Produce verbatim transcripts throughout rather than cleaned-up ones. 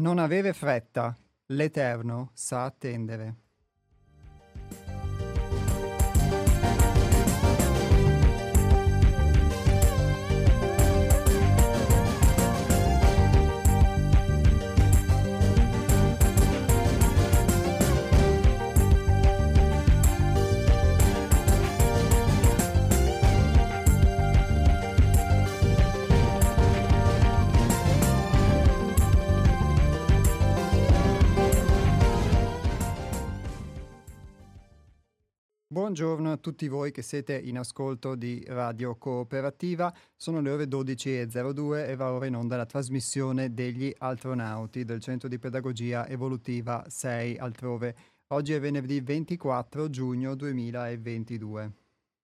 Non avere fretta, l'Eterno sa attendere. Buongiorno a tutti voi che siete in ascolto di Radio Cooperativa. Sono le ore dodici e zero due e va ora in onda la trasmissione degli Altronauti del Centro di Pedagogia Evolutiva sei Altrove. Oggi è venerdì ventiquattro giugno duemilaventidue.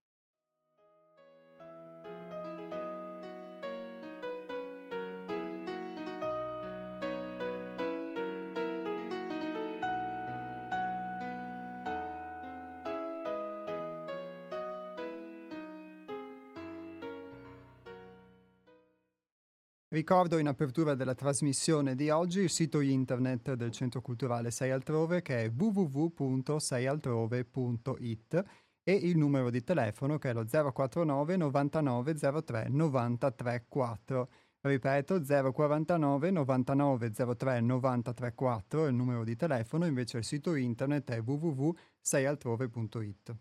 Ricordo in apertura della trasmissione di oggi il sito internet del Centro Culturale sei Altrove, che è w w w punto sei altrove punto i t, e il numero di telefono che è lo zero quattro nove novantanove zero tre novantatré quattro. Ripeto, zero quarantanove novantanove zero tre novantatré quattro è il numero di telefono, invece il sito internet è w w w punto sei altrove punto i t.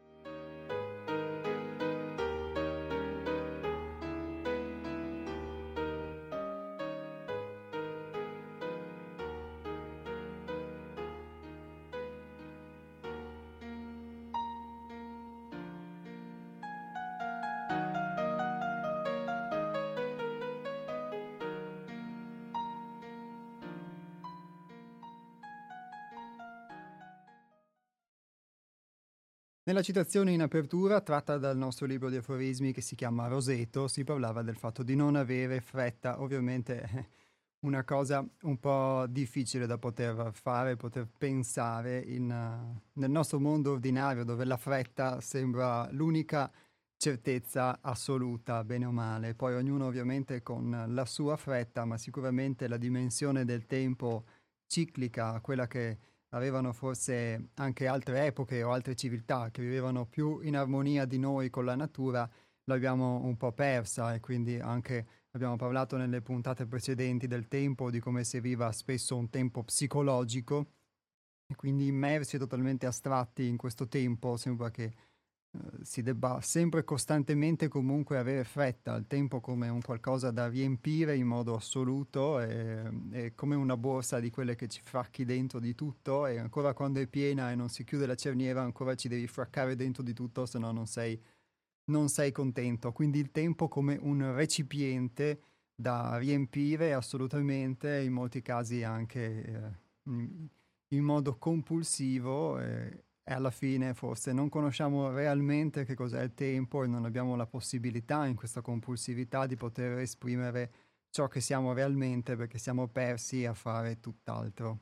Nella citazione in apertura, tratta dal nostro libro di aforismi che si chiama Roseto, si parlava del fatto di non avere fretta. Ovviamente è una cosa un po' difficile da poter fare, poter pensare in, uh, nel nostro mondo ordinario, dove la fretta sembra l'unica certezza assoluta, bene o male. Poi ognuno ovviamente con la sua fretta, ma sicuramente la dimensione del tempo ciclica, quella che avevano forse anche altre epoche o altre civiltà che vivevano più in armonia di noi con la natura, l'abbiamo un po' persa, e quindi anche abbiamo parlato nelle puntate precedenti del tempo, di come si viva spesso un tempo psicologico, e quindi immersi e totalmente astratti in questo tempo sembra che eh, si debba sempre costantemente comunque avere fretta al tempo, come un qualcosa da riempire in modo assoluto, e, e come una borsa di quelle che ci fracchi dentro di tutto, e ancora quando è piena e non si chiude la cerniera ancora ci devi fraccare dentro di tutto, se no non sei, non sei contento. Quindi il tempo come un recipiente da riempire assolutamente, in molti casi anche eh, in, in modo compulsivo, eh, e alla fine forse non conosciamo realmente che cos'è il tempo e non abbiamo la possibilità in questa compulsività di poter esprimere ciò che siamo realmente, perché siamo persi a fare tutt'altro.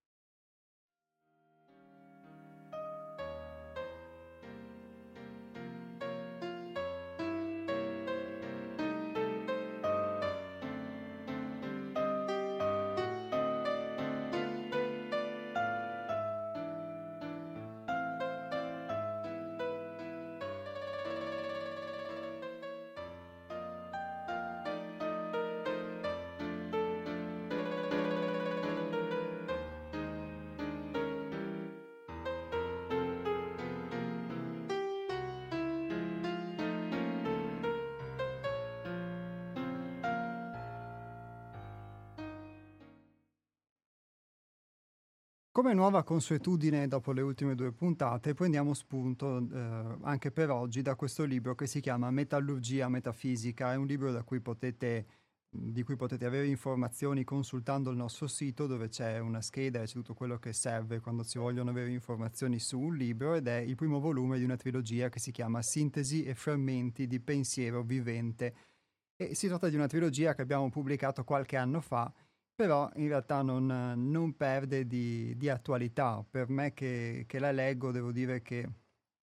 Come nuova consuetudine, dopo le ultime due puntate, prendiamo spunto eh, anche per oggi da questo libro che si chiama Metallurgia Metafisica. È un libro da cui potete, di cui potete avere informazioni consultando il nostro sito, dove c'è una scheda e c'è tutto quello che serve quando si vogliono avere informazioni su un libro, ed è il primo volume di una trilogia che si chiama Sintesi e frammenti di pensiero vivente. E si tratta di una trilogia che abbiamo pubblicato qualche anno fa, però in realtà non, non perde di, di attualità. Per me che, che la leggo, devo dire che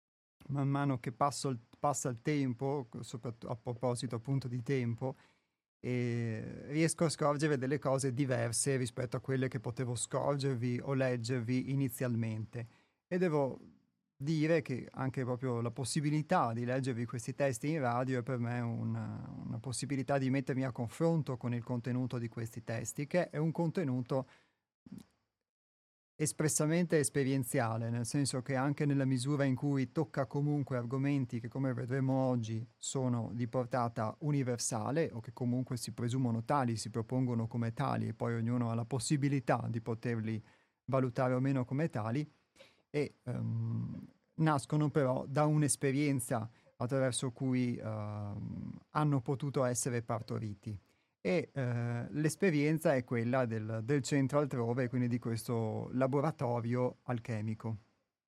man mano che passo il- passa il tempo, soprattutto a proposito appunto di tempo, e riesco a scorgere delle cose diverse rispetto a quelle che potevo scorgervi o leggervi inizialmente. E devo dire che anche proprio la possibilità di leggervi questi testi in radio è per me una, una possibilità di mettermi a confronto con il contenuto di questi testi, che è un contenuto espressamente esperienziale, nel senso che anche nella misura in cui tocca comunque argomenti che, come vedremo oggi, sono di portata universale o che comunque si presumono tali, si propongono come tali e poi ognuno ha la possibilità di poterli valutare o meno come tali, e ehm, nascono però da un'esperienza attraverso cui ehm, hanno potuto essere partoriti. E eh, l'esperienza è quella del, del centro altrove, quindi di questo laboratorio alchemico.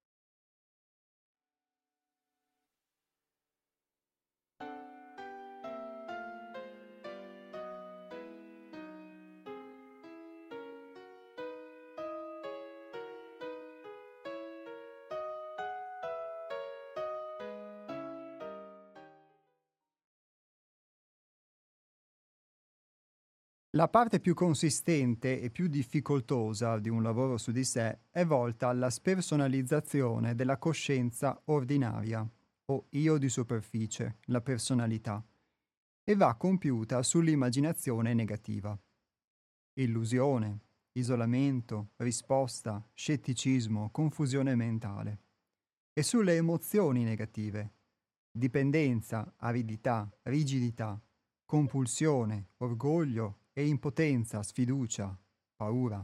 La parte più consistente e più difficoltosa di un lavoro su di sé è volta alla spersonalizzazione della coscienza ordinaria, o io di superficie, la personalità, e va compiuta sull'immaginazione negativa. Illusione, isolamento, risposta, scetticismo, confusione mentale. E sulle emozioni negative: dipendenza, aridità, rigidità, compulsione, orgoglio e impotenza, sfiducia, paura.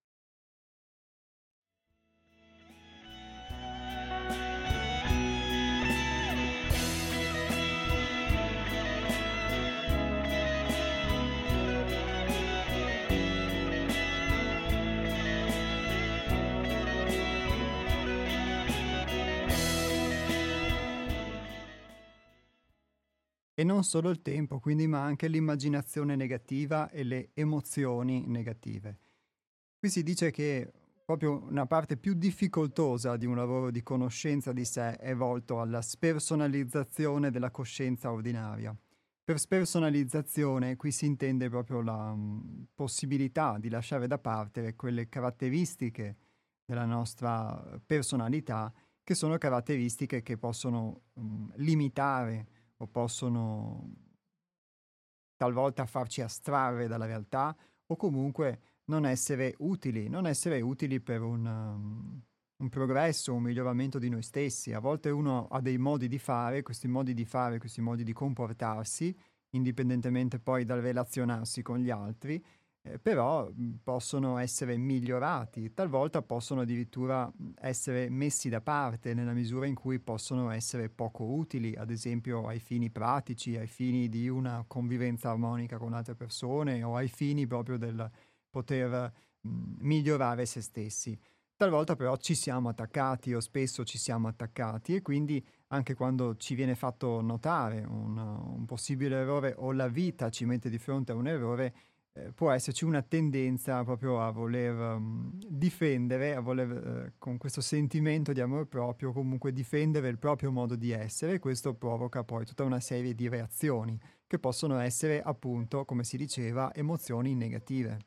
E non solo il tempo, quindi, ma anche l'immaginazione negativa e le emozioni negative. Qui si dice che proprio una parte più difficoltosa di un lavoro di conoscenza di sé è volto alla spersonalizzazione della coscienza ordinaria. Per spersonalizzazione qui si intende proprio la mm, possibilità di lasciare da parte quelle caratteristiche della nostra personalità che sono caratteristiche che possono mm, limitare o possono talvolta farci astrarre dalla realtà o comunque non essere utili, non essere utili per un, um, un progresso, un miglioramento di noi stessi. A volte uno ha dei modi di fare, questi modi di fare, questi modi di comportarsi, indipendentemente poi dal relazionarsi con gli altri, eh, però mh, possono essere migliorati, talvolta possono addirittura mh, essere messi da parte nella misura in cui possono essere poco utili, ad esempio ai fini pratici, ai fini di una convivenza armonica con altre persone o ai fini proprio del poter mh, migliorare se stessi. Talvolta però ci siamo attaccati o spesso ci siamo attaccati e quindi anche quando ci viene fatto notare un, un possibile errore o la vita ci mette di fronte a un errore, eh, può esserci una tendenza proprio a voler um, difendere, a voler eh, con questo sentimento di amor proprio comunque difendere il proprio modo di essere, e questo provoca poi tutta una serie di reazioni che possono essere appunto, come si diceva, emozioni negative.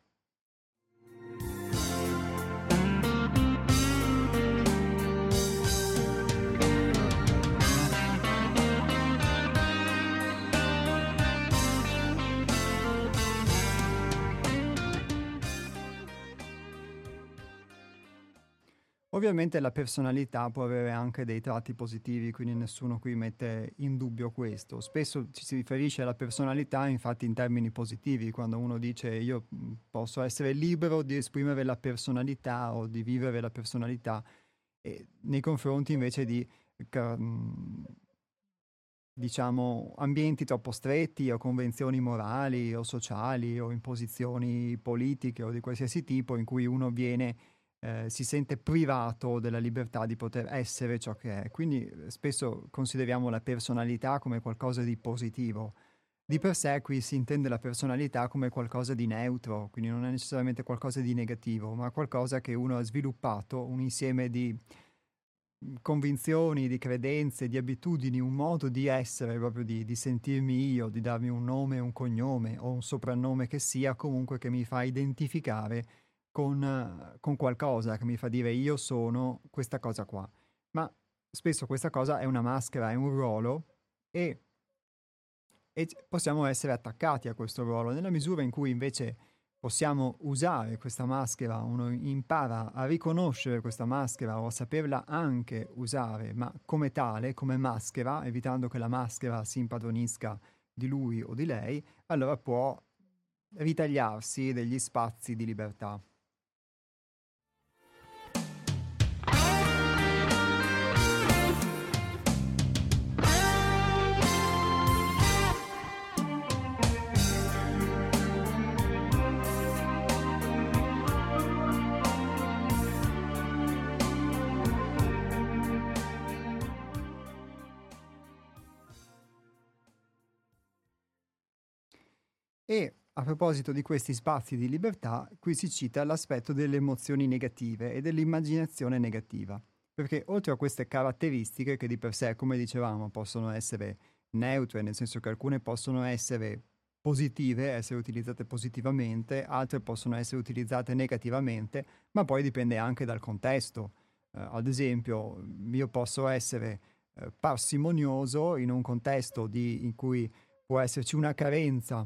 Ovviamente la personalità può avere anche dei tratti positivi, quindi nessuno qui mette in dubbio questo. Spesso ci si riferisce alla personalità infatti in termini positivi, quando uno dice io mh, posso essere libero di esprimere la personalità o di vivere la personalità, e nei confronti invece di ca- mh, diciamo ambienti troppo stretti o convenzioni morali o sociali o imposizioni politiche o di qualsiasi tipo in cui uno viene eh, si sente privato della libertà di poter essere ciò che è. Quindi eh, spesso consideriamo la personalità come qualcosa di positivo. Di per sé qui si intende la personalità come qualcosa di neutro, quindi non è necessariamente qualcosa di negativo, ma qualcosa che uno ha sviluppato, un insieme di mhmm, convinzioni, di credenze, di abitudini, un modo di essere, proprio di di sentirmi io, di darmi un nome e un cognome o un soprannome che sia, comunque che mi fa identificare con eh, con qualcosa, che mi fa dire: "Io sono questa cosa qua". Ma spesso questa cosa è una maschera, è un ruolo e e c possiamo essere attaccati a questo ruolo. Nella misura in cui invece possiamo usare questa maschera, uno impara a riconoscere questa maschera o a saperla anche usare, ma come tale, come maschera, evitando che la maschera si impadronisca di lui o di lei, allora può ritagliarsi degli spazi di libertà. E a proposito di questi spazi di libertà, qui si cita l'aspetto delle emozioni negative e dell'immaginazione negativa, perché oltre a queste caratteristiche che di per sé, come dicevamo, possono essere neutre, nel senso che alcune possono essere positive, essere utilizzate positivamente, altre possono essere utilizzate negativamente, ma poi dipende anche dal contesto. Eh, ad esempio, io posso essere eh, parsimonioso in un contesto di- in cui può esserci una carenza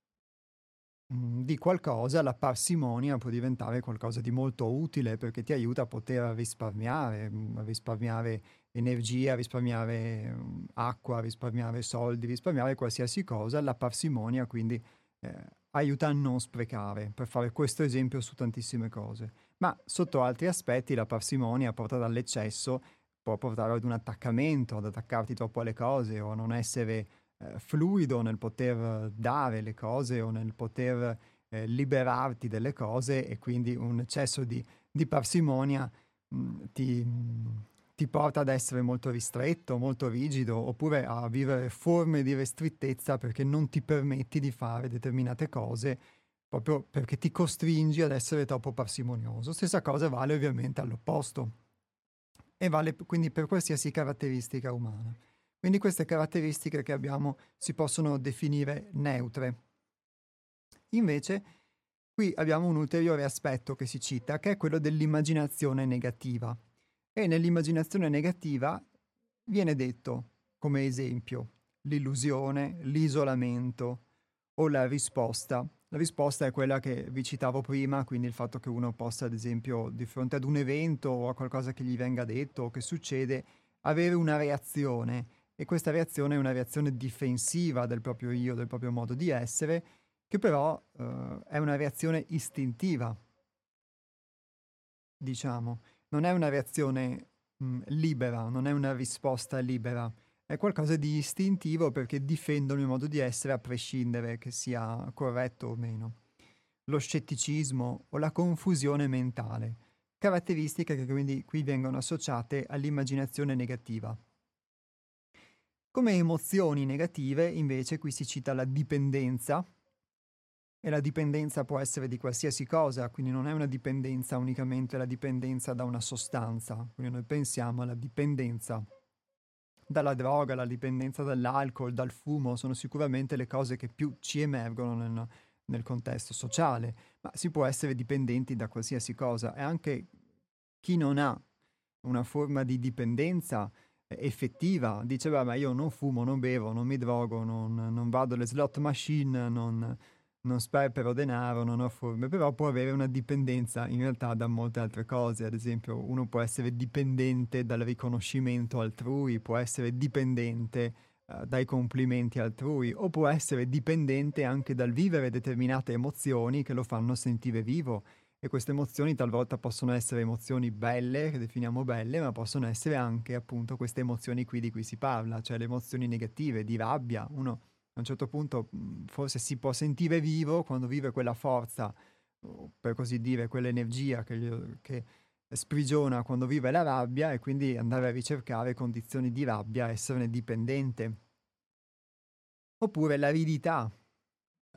Mhmm, di qualcosa, la parsimonia può diventare qualcosa di molto utile perché ti aiuta a poter risparmiare, mhmm, a risparmiare energia, a risparmiare, mhmm, acqua, a risparmiare soldi, risparmiare qualsiasi cosa. La parsimonia quindi, ehm, aiuta a non sprecare, per fare questo esempio su tantissime cose. Ma sotto altri aspetti la parsimonia portata all'eccesso può portare ad un attaccamento, ad attaccarti troppo alle cose o a non essere ehm, fluido nel poter dare le cose o nel poter, ehm, liberarti delle cose e quindi un eccesso di di parsimonia, mhmm, ti mhmm, ti porta ad essere molto ristretto, molto rigido, oppure a vivere forme di restrittezza perché non ti permetti di fare determinate cose, proprio perché ti costringi ad essere troppo parsimonioso. Stessa cosa vale ovviamente all'opposto. E vale p quindi per qualsiasi caratteristica umana. Quindi queste caratteristiche che abbiamo si possono definire neutre. Invece qui abbiamo un ulteriore aspetto che si cita, che è quello dell'immaginazione negativa. E nell'immaginazione negativa viene detto, come esempio, l'illusione, l'isolamento o la risposta. La risposta è quella che vi citavo prima, quindi il fatto che uno possa, ad esempio, di fronte ad un evento o a qualcosa che gli venga detto o che succede, avere una reazione. E questa reazione è una reazione difensiva del proprio io, del proprio modo di essere, che però eh, è una reazione istintiva, diciamo. Non è una reazione mh, libera, non è una risposta libera, è qualcosa di istintivo perché difendo il mio modo di essere a prescindere che sia corretto o meno. Lo scetticismo o la confusione mentale, caratteristiche che quindi qui vengono associate all'immaginazione negativa. Come emozioni negative, invece, qui si cita la dipendenza, e la dipendenza può essere di qualsiasi cosa, quindi non è una dipendenza unicamente la dipendenza da una sostanza, quindi noi pensiamo alla dipendenza dalla droga, la dipendenza dall'alcol, dal fumo, sono sicuramente le cose che più ci emergono nel, nel contesto sociale, ma si può essere dipendenti da qualsiasi cosa e anche chi non ha una forma di dipendenza eh, effettiva, dice, "Beh, ma io non fumo, non bevo, non mi drogo, non, non vado alle slot machine, non, non sperpero denaro, non ho forme", però può avere una dipendenza in realtà da molte altre cose, ad esempio uno può essere dipendente dal riconoscimento altrui, può essere dipendente eh, dai complimenti altrui, o può essere dipendente anche dal vivere determinate emozioni che lo fanno sentire vivo. E queste emozioni talvolta possono essere emozioni belle, che definiamo belle, ma possono essere anche appunto queste emozioni qui di cui si parla, cioè le emozioni negative, di rabbia. Uno a un certo punto mh, forse si può sentire vivo quando vive quella forza, o per così dire, quell'energia che, gli- che sprigiona quando vive la rabbia e quindi andare a ricercare condizioni di rabbia, esserne dipendente. Oppure l'aridità.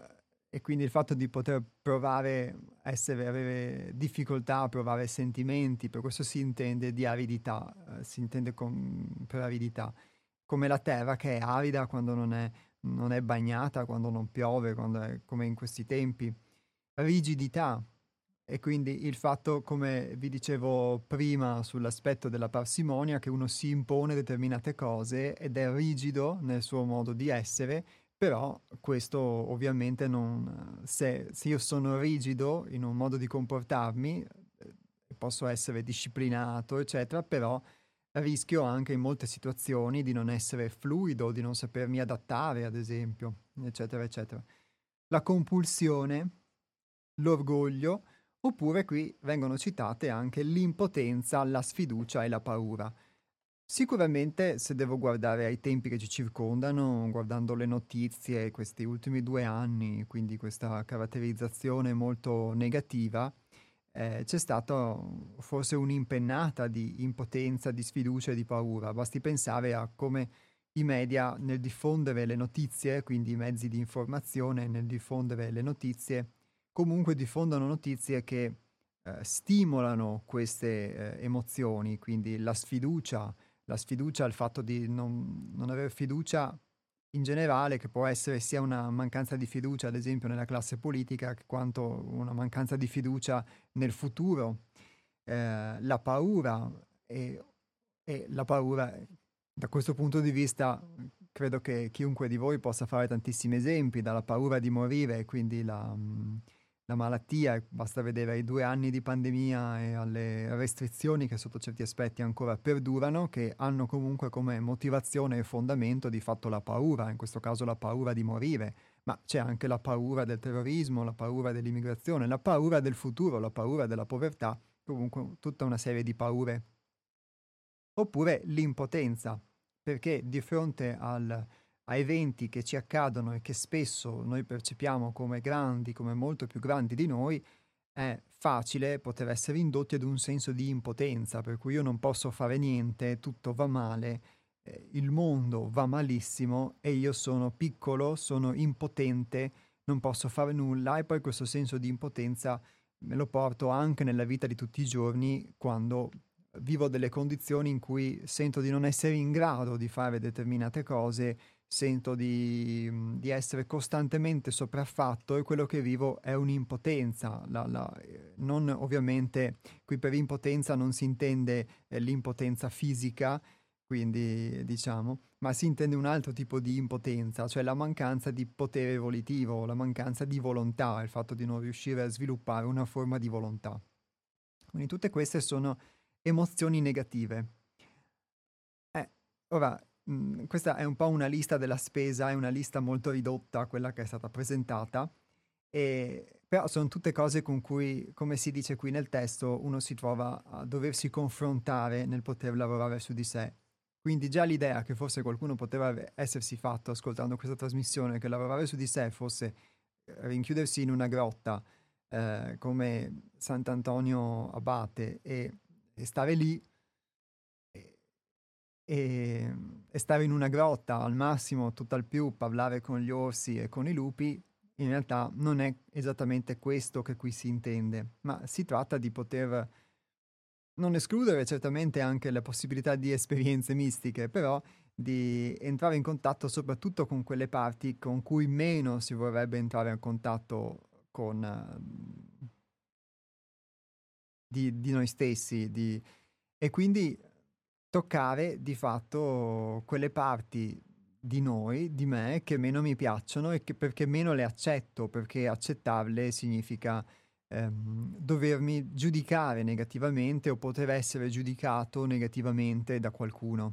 e quindi il fatto di poter provare, essere, avere difficoltà a provare sentimenti, per questo si intende di aridità, eh, si intende con, per aridità, come la terra che è arida quando non è, non è bagnata, quando non piove, quando è come in questi tempi. Rigidità, e quindi il fatto, come vi dicevo prima, sull'aspetto della parsimonia, che uno si impone determinate cose ed è rigido nel suo modo di essere, però questo ovviamente non... Se, se io sono rigido in un modo di comportarmi, eh, posso essere disciplinato, eccetera, però rischio anche in molte situazioni di non essere fluido, di non sapermi adattare, ad esempio, eccetera, eccetera. La compulsione, l'orgoglio, oppure qui vengono citate anche l'impotenza, la sfiducia e la paura. Sicuramente, se devo guardare ai tempi che ci circondano, guardando le notizie, questi ultimi due anni, quindi questa caratterizzazione molto negativa, eh, c'è stata forse un'impennata di impotenza, di sfiducia e di paura. Basti pensare a come i media nel diffondere le notizie, quindi i mezzi di informazione nel diffondere le notizie, comunque diffondono notizie che eh, stimolano queste eh, emozioni, quindi la sfiducia, la sfiducia al fatto di non, non aver fiducia in generale, che può essere sia una mancanza di fiducia, ad esempio, nella classe politica, che quanto una mancanza di fiducia nel futuro, eh, la paura e, e la paura, da questo punto di vista, credo che chiunque di voi possa fare tantissimi esempi, dalla paura di morire, quindi la, mh, la malattia, basta vedere ai due anni di pandemia e alle restrizioni che sotto certi aspetti ancora perdurano, che hanno comunque come motivazione e fondamento di fatto la paura, in questo caso la paura di morire, ma c'è anche la paura del terrorismo, la paura dell'immigrazione, la paura del futuro, la paura della povertà, comunque tutta una serie di paure. Oppure l'impotenza, perché di fronte al, a eventi che ci accadono e che spesso noi percepiamo come grandi, come molto più grandi di noi, è facile poter essere indotti ad un senso di impotenza, per cui io non posso fare niente, tutto va male, eh, il mondo va malissimo e io sono piccolo, sono impotente, non posso fare nulla, e poi questo senso di impotenza me lo porto anche nella vita di tutti i giorni, quando vivo delle condizioni in cui sento di non essere in grado di fare determinate cose, sento di, di essere costantemente sopraffatto, e quello che vivo è un'impotenza. La, la, eh, non ovviamente, qui per impotenza non si intende eh, l'impotenza fisica, quindi diciamo, ma si intende un altro tipo di impotenza, cioè la mancanza di potere volitivo, la mancanza di volontà, il fatto di non riuscire a sviluppare una forma di volontà. Quindi tutte queste sono emozioni negative. Eh, ora, mh, questa è un po' una lista della spesa, è una lista molto ridotta, quella che è stata presentata, e, però sono tutte cose con cui, come si dice qui nel testo, uno si trova a doversi confrontare nel poter lavorare su di sé. Quindi già l'idea che forse qualcuno poteva essersi fatto ascoltando questa trasmissione, che lavorare su di sé fosse rinchiudersi in una grotta eh, come Sant'Antonio Abate e e stare lì e, e, e stare in una grotta al massimo, tutt'al più parlare con gli orsi e con i lupi, in realtà non è esattamente questo che qui si intende, ma si tratta di poter non escludere certamente anche la possibilità di esperienze mistiche, però di entrare in contatto soprattutto con quelle parti con cui meno si vorrebbe entrare in contatto con uh, di, di noi stessi, di, e quindi toccare di fatto quelle parti di noi, di me, che meno mi piacciono e che perché meno le accetto, perché accettarle significa ehm, dovermi giudicare negativamente o poter essere giudicato negativamente da qualcuno.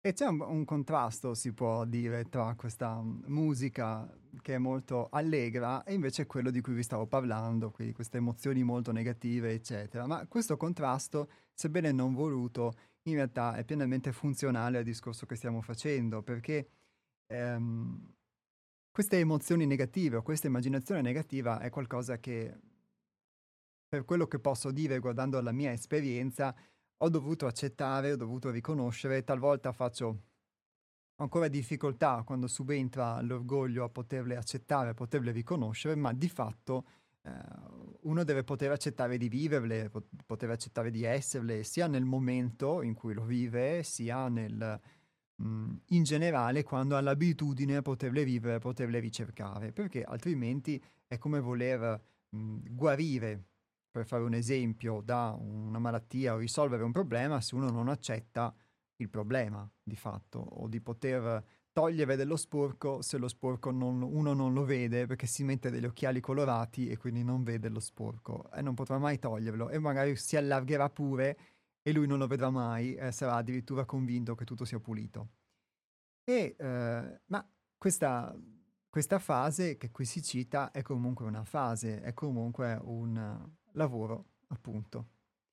E c'è un, un contrasto, si può dire, tra questa mm, musica che è molto allegra e invece quello di cui vi stavo parlando, quindi queste emozioni molto negative, eccetera. Ma questo contrasto, sebbene non voluto, in realtà è pienamente funzionale al discorso che stiamo facendo, perché ehm, queste emozioni negative o questa immaginazione negativa è qualcosa che, per quello che posso dire guardando la mia esperienza, ho dovuto accettare, ho dovuto riconoscere, talvolta faccio ho ancora difficoltà quando subentra l'orgoglio a poterle accettare, a poterle riconoscere, ma di fatto eh, uno deve poter accettare di viverle, pot- poter accettare di esserle, sia nel momento in cui lo vive, sia nel, mh, in generale quando ha l'abitudine a poterle vivere, a poterle ricercare, perché altrimenti è come voler mh, guarire, per fare un esempio, da una malattia o risolvere un problema se uno non accetta il problema di fatto, o di poter togliere dello sporco se lo sporco non, uno non lo vede perché si mette degli occhiali colorati e quindi non vede lo sporco e non potrà mai toglierlo e magari si allargherà pure e lui non lo vedrà mai e sarà addirittura convinto che tutto sia pulito. E, eh, ma questa, questa fase che qui si cita è comunque una fase, è comunque un eh, lavoro, appunto.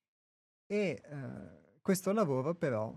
E eh, questo lavoro però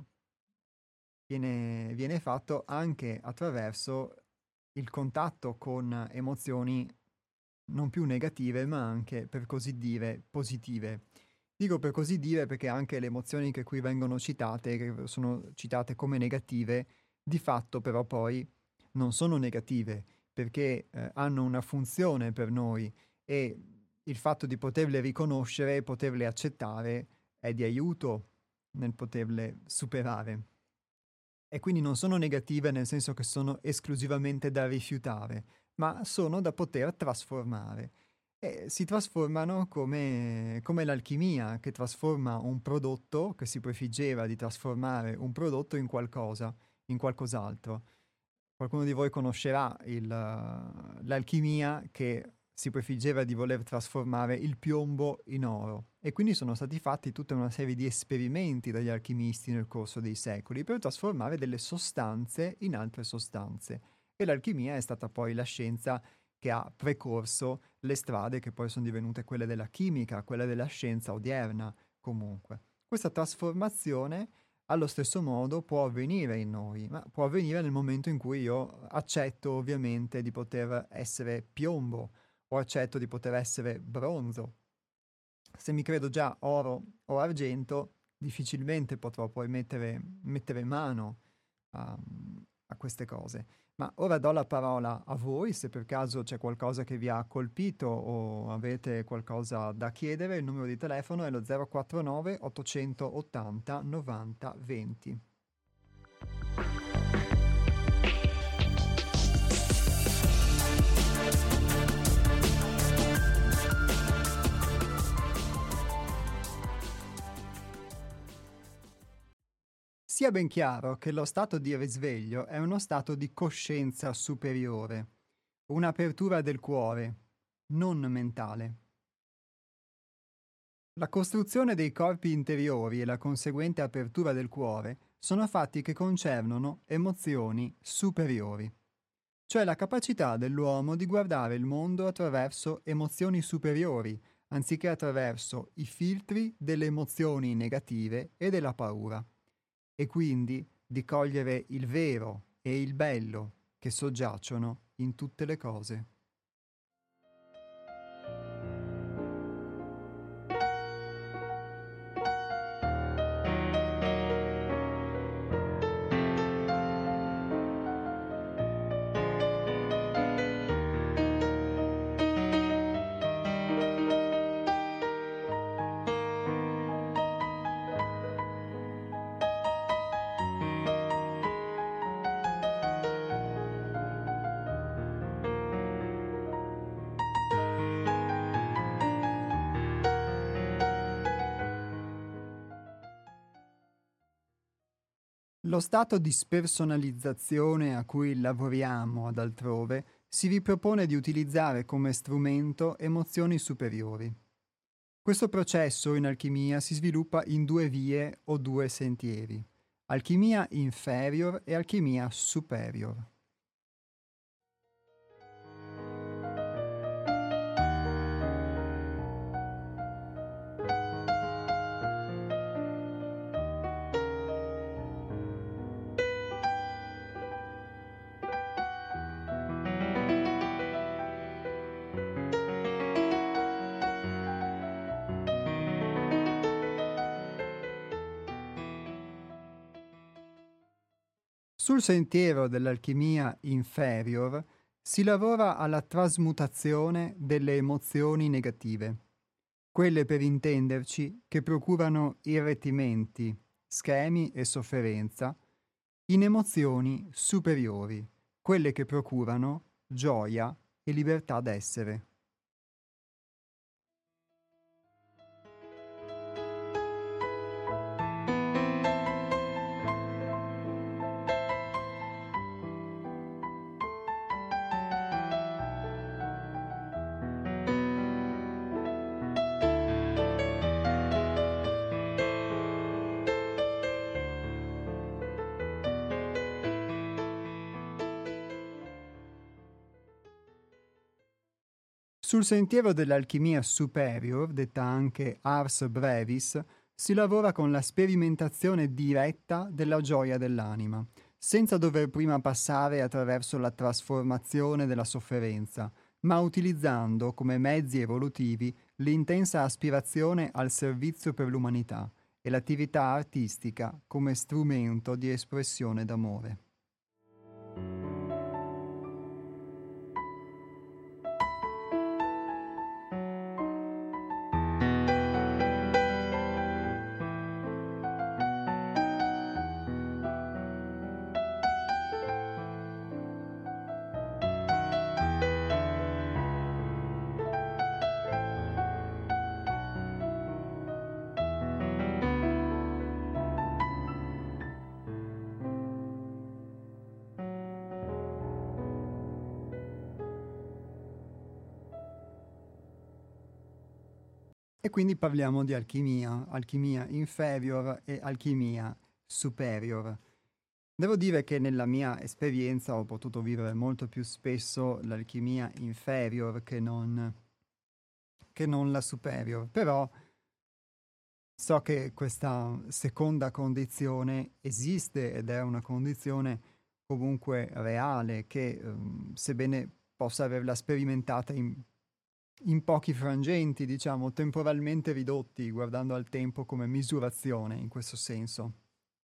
viene, viene fatto anche attraverso il contatto con emozioni non più negative, ma anche, per così dire, positive. Dico per così dire perché anche le emozioni che qui vengono citate, che sono citate come negative, di fatto però poi non sono negative, perché eh, hanno una funzione per noi e il fatto di poterle riconoscere e poterle accettare è di aiuto nel poterle superare. E quindi non sono negative nel senso che sono esclusivamente da rifiutare, ma sono da poter trasformare. E si trasformano come, come l'alchimia, che trasforma un prodotto, che si prefiggeva di trasformare un prodotto in qualcosa, in qualcos'altro. Qualcuno di voi conoscerà il, uh, l'alchimia che si prefiggeva di voler trasformare il piombo in oro. E quindi sono stati fatti tutta una serie di esperimenti dagli alchimisti nel corso dei secoli per trasformare delle sostanze in altre sostanze. E l'alchimia è stata poi la scienza che ha precorso le strade che poi sono divenute quelle della chimica, quelle della scienza odierna comunque. Questa trasformazione allo stesso modo può avvenire in noi, ma può avvenire nel momento in cui io accetto ovviamente di poter essere piombo o accetto di poter essere bronzo. Se mi credo già oro o argento, difficilmente potrò poi mettere, mettere mano a, a queste cose. Ma ora do la parola a voi, se per caso c'è qualcosa che vi ha colpito o avete qualcosa da chiedere, il numero di telefono è lo zero quattro nove ottocentottanta novanta venti. Sia ben chiaro che lo stato di risveglio è uno stato di coscienza superiore, un'apertura del cuore, non mentale. La costruzione dei corpi interiori e la conseguente apertura del cuore sono fatti che concernono emozioni superiori, cioè la capacità dell'uomo di guardare il mondo attraverso emozioni superiori, anziché attraverso i filtri delle emozioni negative e della paura, e quindi di cogliere il vero e il bello che soggiacciono in tutte le cose. Lo stato di spersonalizzazione a cui lavoriamo ad altrove si ripropone di utilizzare come strumento emozioni superiori. Questo processo in alchimia si sviluppa in due vie o due sentieri. alchimia inferior e alchimia superior. Sul sentiero dell'alchimia inferior si lavora alla trasmutazione delle emozioni negative, quelle per intenderci che procurano irretimenti, schemi e sofferenza, in emozioni superiori, quelle che procurano gioia e libertà d'essere. Sul sentiero dell'alchimia superior, detta anche ars brevis, si lavora con la sperimentazione diretta della gioia dell'anima, senza dover prima passare attraverso la trasformazione della sofferenza, ma utilizzando come mezzi evolutivi l'intensa aspirazione al servizio per l'umanità e l'attività artistica come strumento di espressione d'amore. E quindi parliamo di alchimia, alchimia inferior e alchimia superior. Devo dire che nella mia esperienza ho potuto vivere molto più spesso l'alchimia inferior che non, che non la superior, però so che questa seconda condizione esiste ed è una condizione comunque reale che, ehm, sebbene possa averla sperimentata in in pochi frangenti, diciamo, temporalmente ridotti, guardando al tempo come misurazione in questo senso.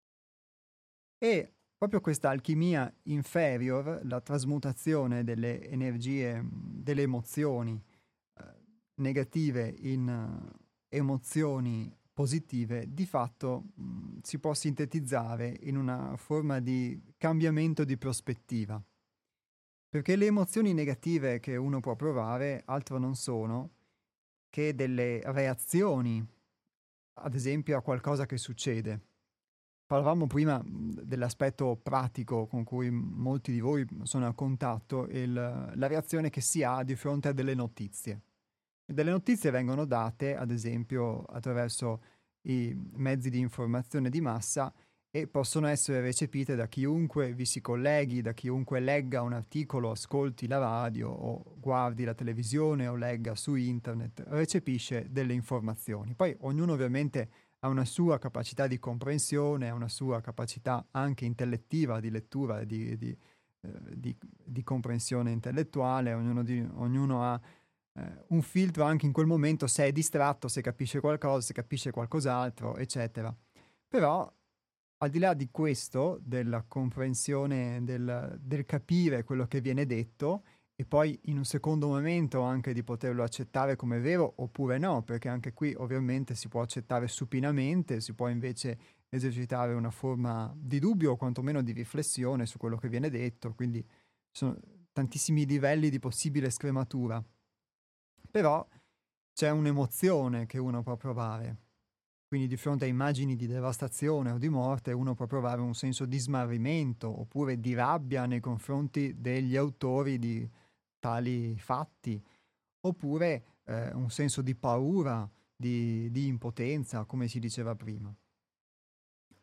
E proprio questa alchimia inferior, la trasmutazione delle energie, delle emozioni eh, negative in eh, emozioni positive, di fatto mh, si può sintetizzare in una forma di cambiamento di prospettiva. Perché le emozioni negative che uno può provare altro non sono che delle reazioni, ad esempio a qualcosa che succede. Parlavamo prima mh, dell'aspetto pratico con cui molti di voi sono a contatto, il, la reazione che si ha di fronte a delle notizie. E delle notizie vengono date, ad esempio, attraverso i mezzi di informazione di massa e possono essere recepite da chiunque vi si colleghi, da chiunque legga un articolo, ascolti la radio o guardi la televisione o legga su internet, recepisce delle informazioni. Poi ognuno ovviamente ha una sua capacità di comprensione, ha una sua capacità anche intellettiva di lettura, di, di, eh, di, di comprensione intellettuale, ognuno, di, ognuno ha eh, un filtro anche in quel momento se è distratto, se capisce qualcosa, se capisce qualcos'altro, eccetera. Però al di là di questo, della comprensione, del, del capire quello che viene detto e poi in un secondo momento anche di poterlo accettare come vero oppure no, perché anche qui ovviamente si può accettare supinamente, si può invece esercitare una forma di dubbio o quantomeno di riflessione su quello che viene detto, quindi ci sono tantissimi livelli di possibile scrematura. Però c'è un'emozione che uno può provare. Quindi di fronte a immagini di devastazione o di morte uno può provare un senso di smarrimento oppure di rabbia nei confronti degli autori di tali fatti, oppure eh, un senso di paura, di, di impotenza, come si diceva prima.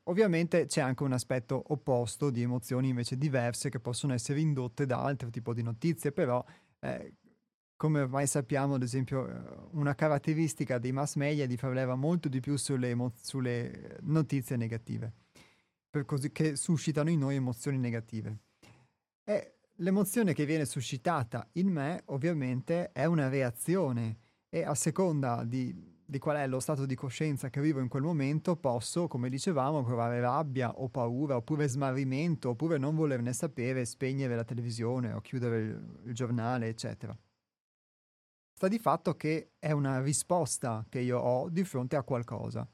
ovviamente c'è anche un aspetto opposto di emozioni invece diverse che possono essere indotte da altro tipo di notizie, però eh, come ormai sappiamo, ad esempio, eh, una caratteristica dei mass media è di far leva molto di più sulle, emo- sulle notizie negative, per così che suscitano in noi emozioni negative. E l'emozione che viene suscitata in me, ovviamente, è una reazione e a seconda di, di qual è lo stato di coscienza che vivo in quel momento, posso, come dicevamo, provare rabbia o paura, oppure smarrimento, oppure non volerne sapere, spegnere la televisione o chiudere il, il giornale, eccetera. Sta di fatto che è una risposta che io ho di fronte a qualcosa.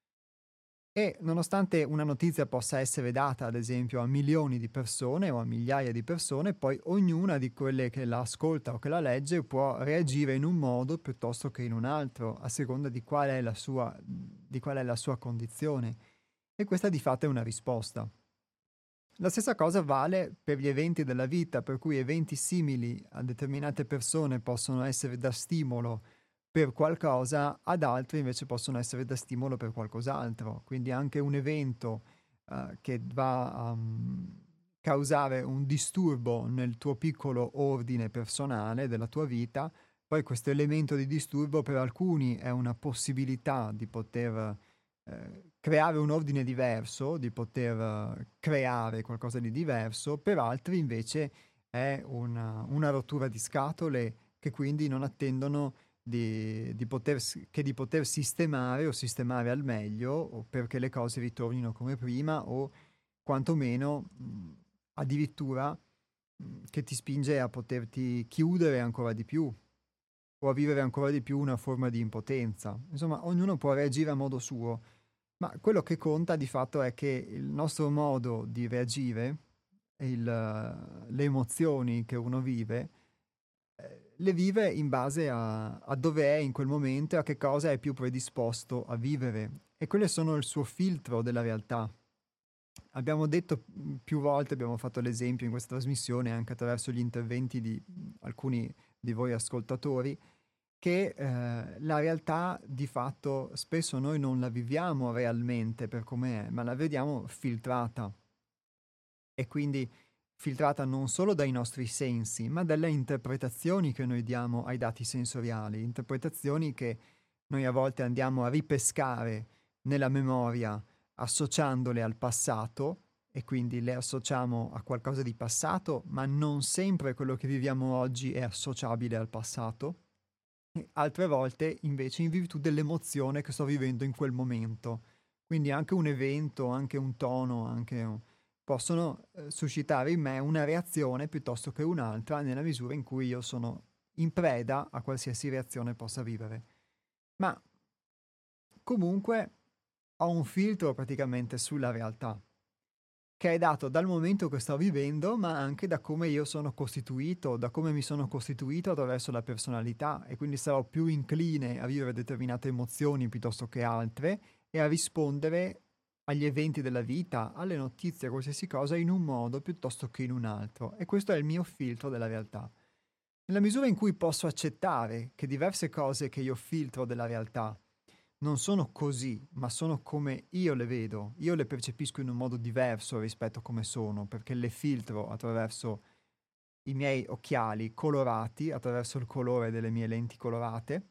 E nonostante una notizia possa essere data, ad esempio, a milioni di persone o a migliaia di persone, poi ognuna di quelle che la ascolta o che la legge può reagire in un modo piuttosto che in un altro, a seconda di qual è la sua, di qual è la sua condizione. E questa di fatto è una risposta. La stessa cosa vale per gli eventi della vita, per cui eventi simili a determinate persone possono essere da stimolo per qualcosa, ad altri invece possono essere da stimolo per qualcos'altro. Quindi anche un evento eh, che va a mm, causare un disturbo nel tuo piccolo ordine personale della tua vita, poi questo elemento di disturbo per alcuni è una possibilità di poter eh, creare un ordine diverso, di poter eh, creare qualcosa di diverso, per altri invece è una, una rottura di scatole che quindi non attendono di, di poter, s- che di poter sistemare o sistemare al meglio o perché le cose ritornino come prima o quantomeno mh, addirittura mh, che ti spinge a poterti chiudere ancora di più o a vivere ancora di più una forma di impotenza. Insomma, ognuno può reagire a modo suo, ma quello che conta di fatto è che il nostro modo di reagire, il, eh, le emozioni che uno vive, eh, le vive in base a, a dove è in quel momento e a che cosa è più predisposto a vivere. E quelle sono il suo filtro della realtà. Abbiamo detto mh, più volte, abbiamo fatto l'esempio in questa trasmissione, anche attraverso gli interventi di mh, alcuni di voi ascoltatori, che eh, la realtà di fatto spesso noi non la viviamo realmente per com'è, ma la vediamo filtrata e quindi filtrata non solo dai nostri sensi, ma dalle interpretazioni che noi diamo ai dati sensoriali, interpretazioni che noi a volte andiamo a ripescare nella memoria associandole al passato e quindi le associamo a qualcosa di passato, ma non sempre quello che viviamo oggi è associabile al passato. E altre volte invece in virtù dell'emozione che sto vivendo in quel momento. Quindi anche un evento, anche un tono, anche un- possono eh, suscitare in me una reazione piuttosto che un'altra nella misura in cui io sono in preda a qualsiasi reazione possa vivere. Ma comunque ho un filtro praticamente sulla realtà che è dato dal momento che sto vivendo, ma anche da come io sono costituito, da come mi sono costituito attraverso la personalità e quindi sarò più incline a vivere determinate emozioni piuttosto che altre e a rispondere agli eventi della vita, alle notizie, a qualsiasi cosa in un modo piuttosto che in un altro. E questo è il mio filtro della realtà. Nella misura in cui posso accettare che diverse cose che io filtro della realtà non sono così, ma sono come io le vedo, io le percepisco in un modo diverso rispetto a come sono, perché le filtro attraverso i miei occhiali colorati, attraverso il colore delle mie lenti colorate.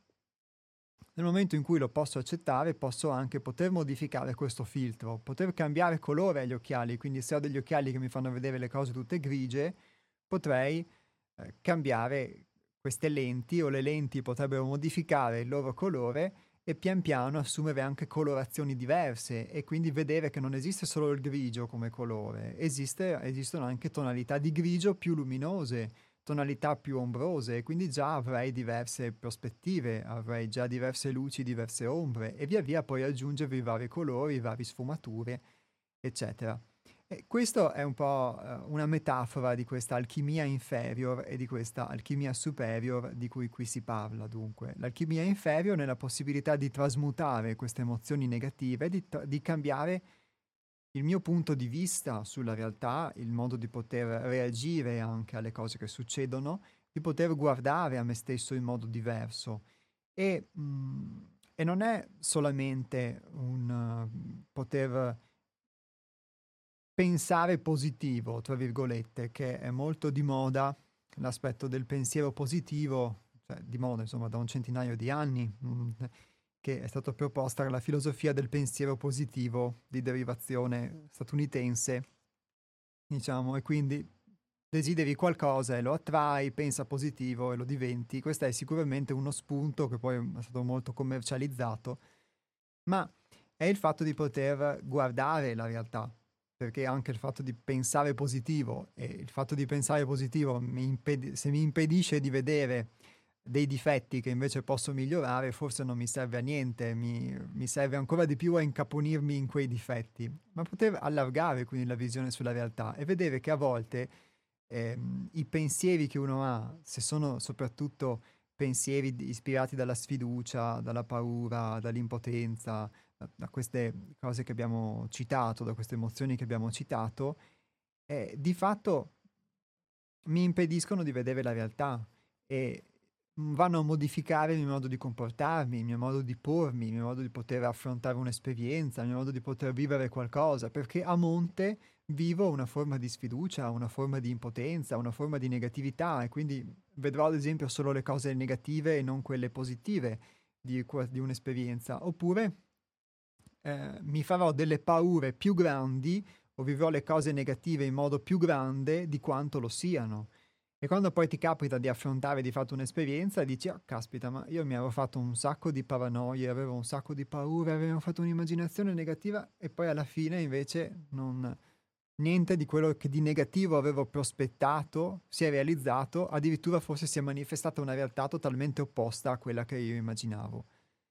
Nel momento in cui lo posso accettare, posso anche poter modificare questo filtro, poter cambiare colore agli occhiali, quindi se ho degli occhiali che mi fanno vedere le cose tutte grigie, potrei eh, cambiare queste lenti o le lenti potrebbero modificare il loro colore e pian piano assumere anche colorazioni diverse e quindi vedere che non esiste solo il grigio come colore, esiste, esistono anche tonalità di grigio più luminose, tonalità più ombrose e quindi già avrei diverse prospettive, avrei già diverse luci, diverse ombre e via via poi aggiungervi vari colori, varie sfumature, eccetera. E questo è un po' eh, una metafora di questa alchimia inferior e di questa alchimia superior di cui qui si parla dunque. L'alchimia inferior è la possibilità di trasmutare queste emozioni negative, di, tra- di cambiare il mio punto di vista sulla realtà, il modo di poter reagire anche alle cose che succedono, di poter guardare a me stesso in modo diverso. E, mh, e non è solamente un uh, poter pensare positivo, tra virgolette, che è molto di moda, l'aspetto del pensiero positivo, cioè di moda, insomma, da un centinaio di anni, mm, che è stata proposta la filosofia del pensiero positivo di derivazione statunitense, diciamo, e quindi desideri qualcosa e lo attrai, pensa positivo e lo diventi. Questo è sicuramente uno spunto che poi è stato molto commercializzato, ma è il fatto di poter guardare la realtà, perché anche il fatto di pensare positivo e il fatto di pensare positivo mi impedi- se mi impedisce di vedere dei difetti che invece posso migliorare, forse non mi serve a niente, mi, mi serve ancora di più a incaponirmi in quei difetti, ma poter allargare quindi la visione sulla realtà e vedere che a volte ehm, i pensieri che uno ha, se sono soprattutto pensieri di- ispirati dalla sfiducia, dalla paura, dall'impotenza, da, da queste cose che abbiamo citato, da queste emozioni che abbiamo citato, eh, di fatto mi impediscono di vedere la realtà e mm, vanno a modificare il mio modo di comportarmi, il mio modo di pormi, il mio modo di poter affrontare un'esperienza, il mio modo di poter vivere qualcosa, perché a monte vivo una forma di sfiducia, una forma di impotenza, una forma di negatività e quindi vedrò ad esempio solo le cose negative e non quelle positive di, que- di un'esperienza. Oppure eh, mi farò delle paure più grandi o vivrò le cose negative in modo più grande di quanto lo siano. E quando poi ti capita di affrontare di fatto un'esperienza, dici, oh caspita, ma io mi ero fatto un sacco di paranoie, avevo un sacco di paure, avevo fatto un'immaginazione negativa e poi alla fine invece non, niente di quello che di negativo avevo prospettato si è realizzato, addirittura forse si è manifestata una realtà totalmente opposta a quella che io immaginavo.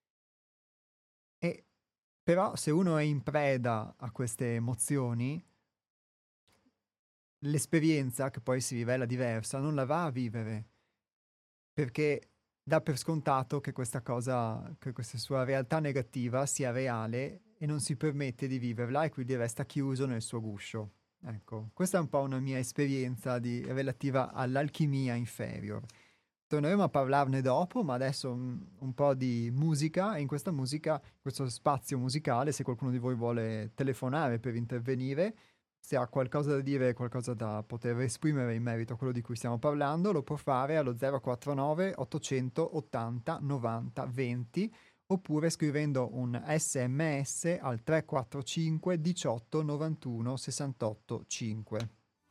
E però se uno è in preda a queste emozioni, l'esperienza, che poi si rivela diversa, non la va a vivere, perché dà per scontato che questa cosa, che questa sua realtà negativa sia reale e non si permette di viverla e quindi resta chiuso nel suo guscio. Ecco, questa è un po' una mia esperienza di- relativa all'alchimia inferior. Torneremo a parlarne dopo, ma adesso un, un po' di musica e in questa musica, in questo spazio musicale, se qualcuno di voi vuole telefonare per intervenire, se ha qualcosa da dire, qualcosa da poter esprimere in merito a quello di cui stiamo parlando, lo può fare allo zero quattro nove ottocentottanta novanta venti oppure scrivendo un sms al tre quattro cinque diciotto novantuno sessantotto cinque.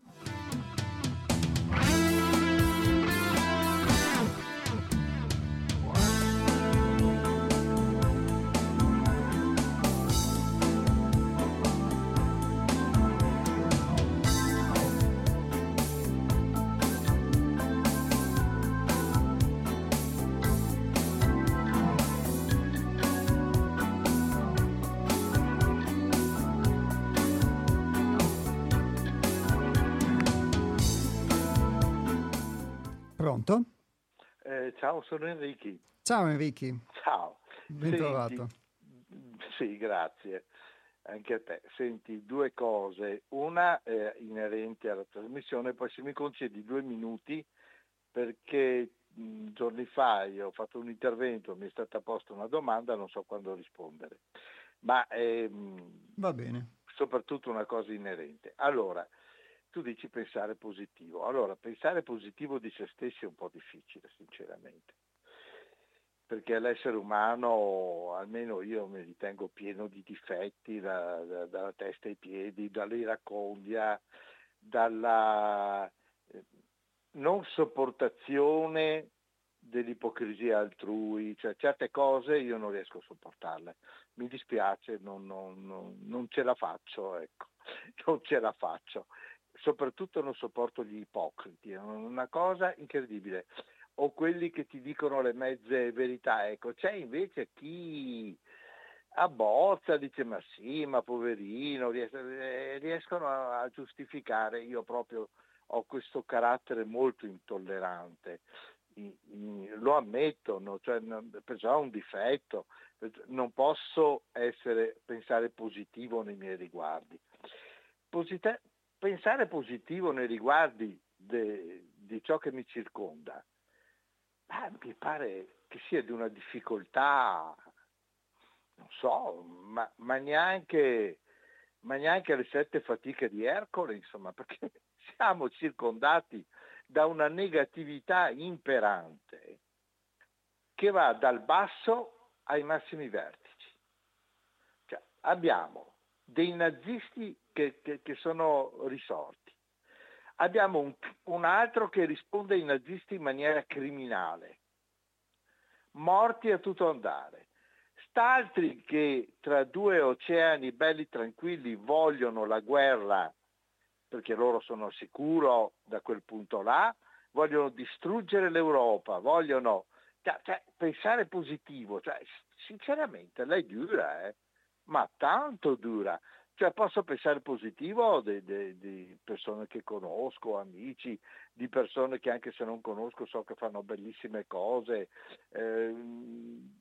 Pronto? Eh, ciao, sono Enrichi. Ciao Enrichi, Ciao. ben Senti, trovato. sì, grazie. Anche a te. Senti, due cose. Una eh, inerente alla trasmissione, poi se mi concedi due minuti, perché mh, giorni fa io ho fatto un intervento, mi è stata posta una domanda, non so quando rispondere. Ma ehm, Va bene. soprattutto una cosa inerente. Allora, tu dici pensare positivo. Allora, pensare positivo di se stessi è un po' difficile, sinceramente, perché l'essere umano, almeno io mi ritengo pieno di difetti, da- da- dalla testa ai piedi, dall'iracondia, dalla eh, non sopportazione dell'ipocrisia altrui, cioè certe cose io non riesco a sopportarle, mi dispiace, non, non- non- non ce la faccio, ecco, non ce la faccio. Soprattutto non sopporto gli ipocriti, è una cosa incredibile. O quelli che ti dicono le mezze verità, ecco, c'è invece chi abbozza, dice ma sì, ma poverino, ries- eh, riescono a, a giustificare, io proprio ho questo carattere molto intollerante, I- i- lo ammetto, no? Cioè, non- perciò ho un difetto, non posso essere, pensare positivo nei miei riguardi. Posita- pensare positivo nei riguardi de- di ciò che mi circonda, ah, mi pare che sia di una difficoltà, non so, ma, ma neanche ma neanche le sette fatiche di Ercole, insomma, perché siamo circondati da una negatività imperante che va dal basso ai massimi vertici. Cioè, abbiamo dei nazisti che, che, che sono risorti, abbiamo un, un altro che risponde ai nazisti in maniera criminale, morti a tutto andare, st'altri che tra due oceani belli tranquilli vogliono la guerra perché loro sono sicuro da quel punto là, vogliono distruggere l'Europa, vogliono cioè, cioè, pensare positivo, cioè, sinceramente lei dura, eh? Ma tanto dura. Cioè, posso pensare positivo di, di, di persone che conosco, amici, di persone che anche se non conosco so che fanno bellissime cose, ehm,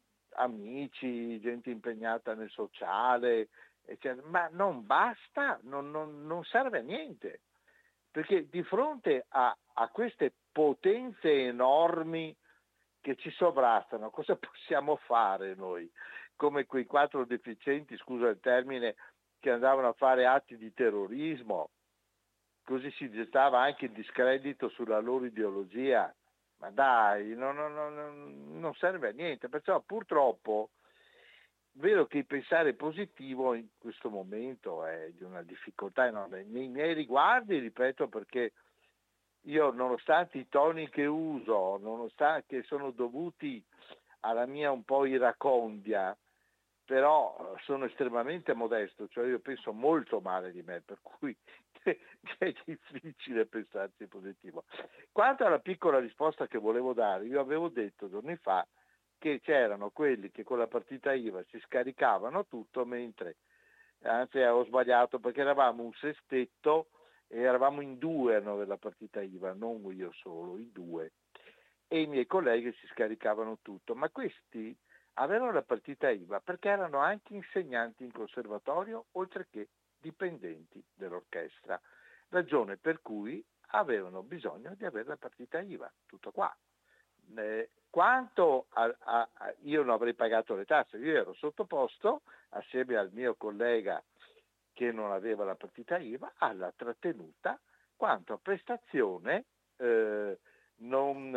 amici, gente impegnata nel sociale, eccetera. Ma non basta, non, non, non serve a niente, perché di fronte a, a queste potenze enormi che ci sovrastano, cosa possiamo fare noi? Come quei quattro deficienti, scusa il termine, che andavano a fare atti di terrorismo, così si gettava anche il discredito sulla loro ideologia. Ma dai, non, non, non, non serve a niente. Perciò purtroppo vedo che il pensare positivo in questo momento è di una difficoltà enorme. Nei miei riguardi, ripeto, perché io, nonostante i toni che uso, nonostante che sono dovuti alla mia un po' iracondia, però sono estremamente modesto, cioè io penso molto male di me, per cui è difficile pensarsi positivo. Quanto alla piccola risposta che volevo dare, io avevo detto giorni fa che c'erano quelli che con la partita I V A si scaricavano tutto, mentre, anzi ho sbagliato perché eravamo un sestetto e eravamo in due a nove la partita I V A, non io solo, in due, e i miei colleghi si scaricavano tutto, ma questi avevano la partita I V A perché erano anche insegnanti in conservatorio oltre che dipendenti dell'orchestra, ragione per cui avevano bisogno di avere la partita I V A, tutto qua. Eh, quanto a, a, a, io non avrei pagato le tasse, io ero sottoposto assieme al mio collega che non aveva la partita I V A alla trattenuta quanto a prestazione eh, non,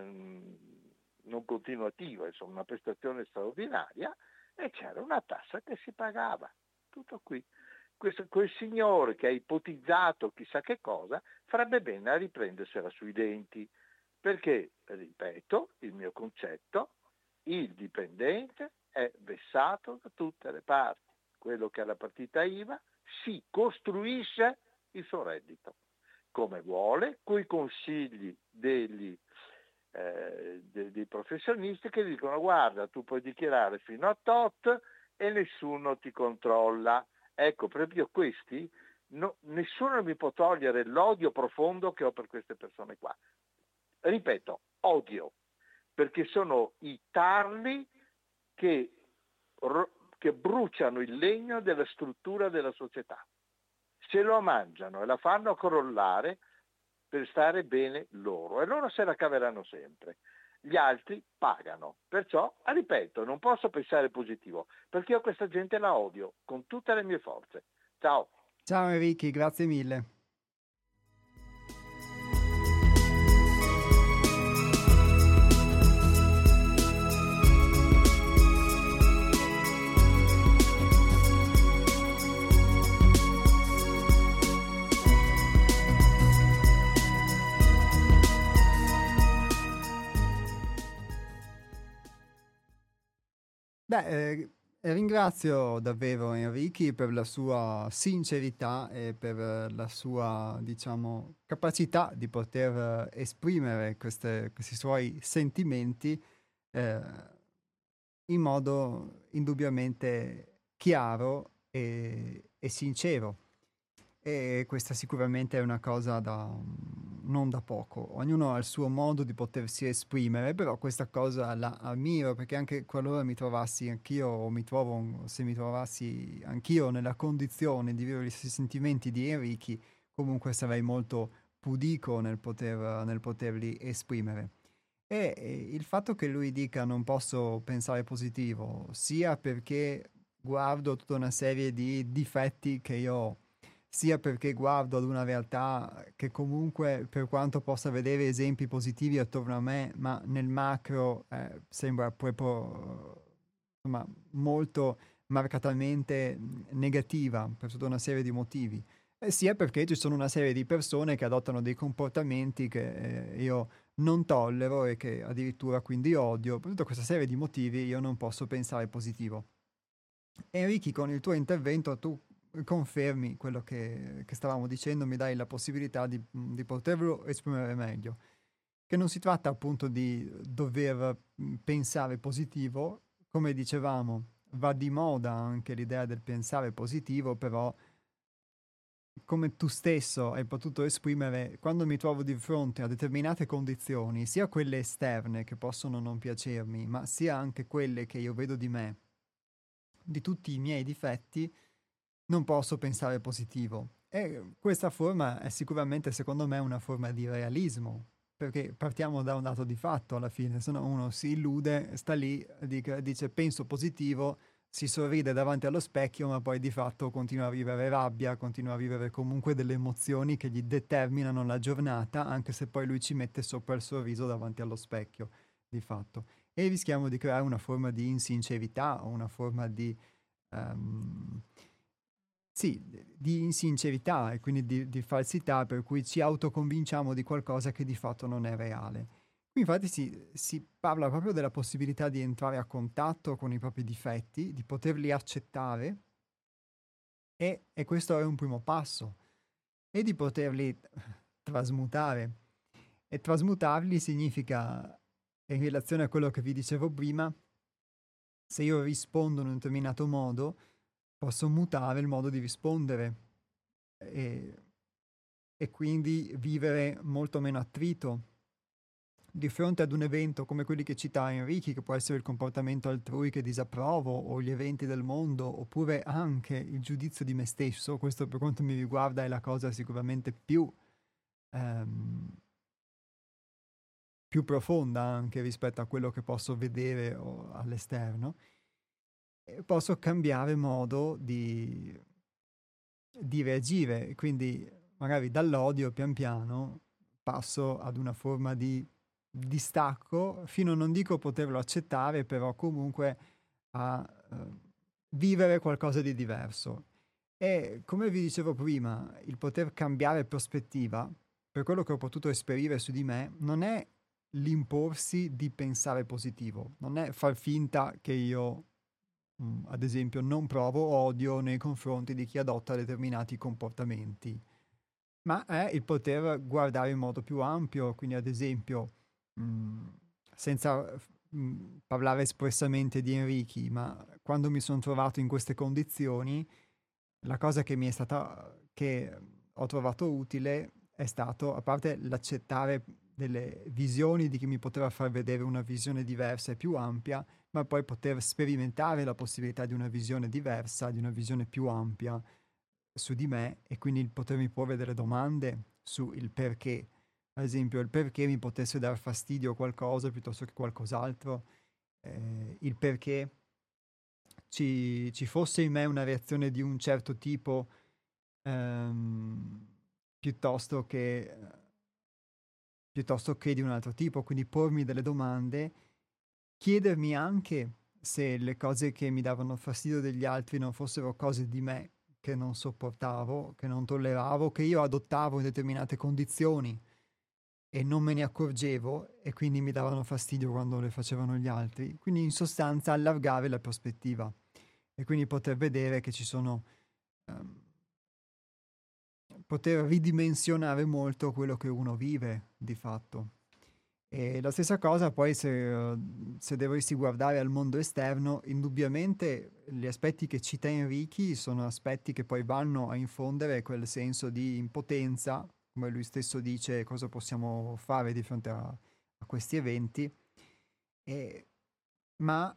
eh, non continuativa, insomma una prestazione straordinaria, e c'era una tassa che si pagava, tutto qui. Questo, quel signore che ha ipotizzato chissà che cosa farebbe bene a riprendersela sui denti, perché, ripeto, il mio concetto, il dipendente è vessato da tutte le parti. Quello che ha la partita I V A si costruisce il suo reddito come vuole, coi consigli degli, eh, dei, dei professionisti che dicono guarda, tu puoi dichiarare fino a tot e nessuno ti controlla. Ecco, proprio questi, no, nessuno mi può togliere l'odio profondo che ho per queste persone qua. Ripeto, odio, perché sono i tarli che, che bruciano il legno della struttura della società. Se lo mangiano e la fanno crollare per stare bene loro, e loro se la caveranno sempre. Gli altri pagano. Perciò, ripeto, non posso pensare positivo, perché io questa gente la odio con tutte le mie forze. Ciao. Ciao Enrico, grazie mille. Beh, eh, ringrazio davvero Enrico per la sua sincerità e per eh, la sua, diciamo, capacità di poter eh, esprimere queste- questi suoi sentimenti eh, in modo indubbiamente chiaro e, e sincero. E questa sicuramente è una cosa da, non da poco. Ognuno ha il suo modo di potersi esprimere, però questa cosa la ammiro perché anche qualora mi trovassi anch'io, o mi trovo, se mi trovassi anch'io nella condizione di vivere gli stessi sentimenti di Enrico, comunque sarei molto pudico nel poter, nel poterli esprimere. E, e il fatto che lui dica non posso pensare positivo, sia perché guardo tutta una serie di difetti che io ho, sia perché guardo ad una realtà che comunque, per quanto possa vedere esempi positivi attorno a me, ma nel macro eh, sembra proprio, insomma, molto marcatamente mh, negativa per tutta una serie di motivi. E sia perché ci sono una serie di persone che adottano dei comportamenti che eh, io non tollero e che addirittura quindi odio. Per tutta questa serie di motivi io non posso pensare positivo. Enrichi, con il tuo intervento tu confermi quello che, che stavamo dicendo, mi dai la possibilità di, di poterlo esprimere meglio. Che non si tratta appunto di dover mh, pensare positivo, come dicevamo, va di moda anche l'idea del pensare positivo, però come tu stesso hai potuto esprimere, quando mi trovo di fronte a determinate condizioni, sia quelle esterne che possono non piacermi, ma sia anche quelle che io vedo di me, di tutti i miei difetti, non posso pensare positivo. E questa forma è sicuramente, secondo me, una forma di realismo, perché partiamo da un dato di fatto alla fine, se no uno si illude, sta lì, dica- dice penso positivo, si sorride davanti allo specchio, ma poi di fatto continua a vivere rabbia, continua a vivere comunque delle emozioni che gli determinano la giornata, anche se poi lui ci mette sopra il sorriso davanti allo specchio, di fatto. E rischiamo di creare una forma di insincerità o una forma di ehm, sì, di insincerità e quindi di, di falsità, per cui ci autoconvinciamo di qualcosa che di fatto non è reale. Qui infatti si, si parla proprio della possibilità di entrare a contatto con i propri difetti, di poterli accettare e, e questo è un primo passo, e di poterli trasmutare. E trasmutarli significa, in relazione a quello che vi dicevo prima, se io rispondo in un determinato modo, posso mutare il modo di rispondere e, e quindi vivere molto meno attrito di fronte ad un evento come quelli che cita Enrichi, che può essere il comportamento altrui che disapprovo, o gli eventi del mondo, oppure anche il giudizio di me stesso. Questo per quanto mi riguarda è la cosa sicuramente più, ehm, più profonda anche rispetto a quello che posso vedere o all'esterno. E posso cambiare modo di, di reagire, quindi magari dall'odio pian piano passo ad una forma di distacco, fino a non dico poterlo accettare, però comunque a eh, vivere qualcosa di diverso. E come vi dicevo prima, il poter cambiare prospettiva, per quello che ho potuto esperire su di me, non è l'imporsi di pensare positivo, non è far finta che io mm, ad esempio, non provo odio nei confronti di chi adotta determinati comportamenti, ma è il poter guardare in modo più ampio, quindi ad esempio, mm, senza mm, parlare espressamente di Enrichi, ma quando mi sono trovato in queste condizioni, la cosa che mi è stata, che ho trovato utile è stato, a parte l'accettare delle visioni di chi mi poteva far vedere una visione diversa e più ampia, ma poi poter sperimentare la possibilità di una visione diversa, di una visione più ampia su di me e quindi il potermi porre delle domande su il perché. Ad esempio, il perché mi potesse dar fastidio qualcosa piuttosto che qualcos'altro, eh, il perché ci, ci fosse in me una reazione di un certo tipo ehm, piuttosto che, piuttosto che di un altro tipo, quindi pormi delle domande, chiedermi anche se le cose che mi davano fastidio degli altri non fossero cose di me che non sopportavo, che non tolleravo, che io adottavo in determinate condizioni e non me ne accorgevo e quindi mi davano fastidio quando le facevano gli altri. Quindi in sostanza allargare la prospettiva e quindi poter vedere che ci sono, ehm, poter ridimensionare molto quello che uno vive di fatto. E la stessa cosa poi se, se dovessi guardare al mondo esterno, indubbiamente gli aspetti che cita Enrichi sono aspetti che poi vanno a infondere quel senso di impotenza, come lui stesso dice, cosa possiamo fare di fronte a, a questi eventi, e, ma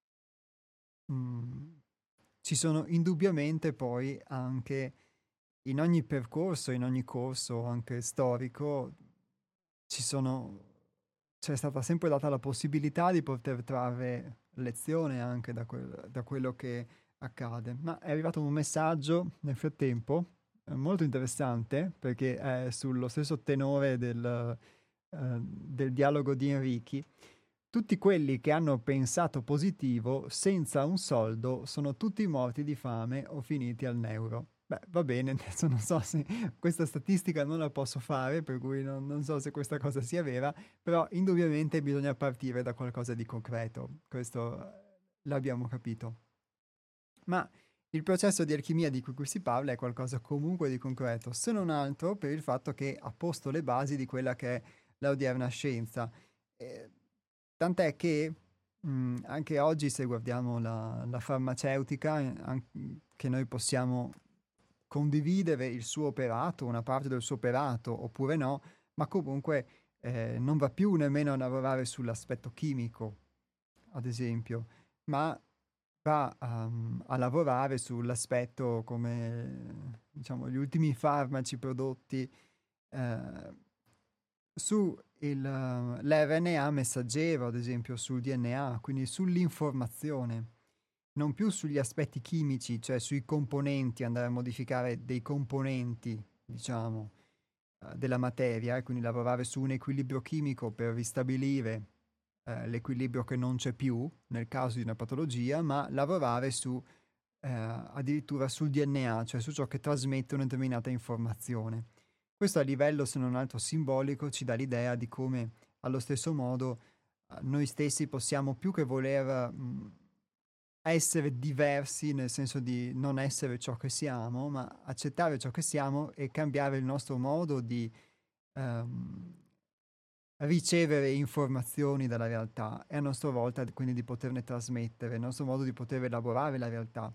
mh, ci sono indubbiamente poi anche in ogni percorso, in ogni corso anche storico, ci sono c'è stata sempre data la possibilità di poter trarre lezione anche da, quel- da quello che accade. Ma è arrivato un messaggio nel frattempo, eh, molto interessante, perché è sullo stesso tenore del, eh, del dialogo di Enrichi. Tutti quelli che hanno pensato positivo senza un soldo sono tutti morti di fame o finiti al neuro. Beh, va bene, adesso non so se questa statistica non la posso fare, per cui non, non so se questa cosa sia vera, però indubbiamente bisogna partire da qualcosa di concreto. Questo eh, l'abbiamo capito. Ma il processo di alchimia di cui qui si parla è qualcosa comunque di concreto, se non altro per il fatto che ha posto le basi di quella che è l'odierna scienza. Eh, tant'è che mh, anche oggi, se guardiamo la, la farmaceutica, eh, an- che noi possiamo condividere il suo operato, una parte del suo operato oppure no, ma comunque eh, non va più nemmeno a lavorare sull'aspetto chimico, ad esempio, ma va a, a lavorare sull'aspetto come, diciamo, gli ultimi farmaci prodotti eh, su il, l'R N A messaggero, ad esempio, sul D N A, quindi sull'informazione, non più sugli aspetti chimici, cioè sui componenti, andare a modificare dei componenti, diciamo, eh, della materia, e quindi lavorare su un equilibrio chimico per ristabilire eh, l'equilibrio che non c'è più nel caso di una patologia, ma lavorare su eh, addirittura sul D N A, cioè su ciò che trasmette una determinata informazione. Questo a livello, se non altro simbolico, ci dà l'idea di come, allo stesso modo, eh, noi stessi possiamo più che voler mh, essere diversi, nel senso di non essere ciò che siamo, ma accettare ciò che siamo e cambiare il nostro modo di ehm, ricevere informazioni dalla realtà e a nostra volta quindi di poterne trasmettere, il nostro modo di poter elaborare la realtà.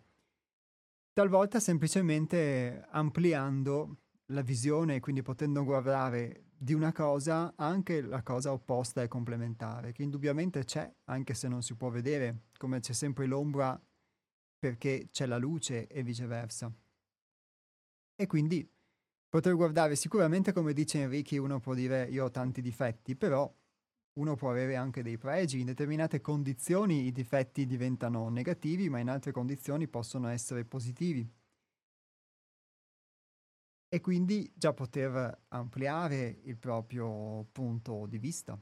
Talvolta semplicemente ampliando la visione e quindi potendo guardare di una cosa anche la cosa opposta e complementare, che indubbiamente c'è, anche se non si può vedere, come c'è sempre l'ombra perché c'è la luce e viceversa. E quindi poter guardare sicuramente, come dice Enrichi, uno può dire io ho tanti difetti, però uno può avere anche dei pregi. In determinate condizioni i difetti diventano negativi, ma in altre condizioni possono essere positivi. E quindi già poter ampliare il proprio punto di vista.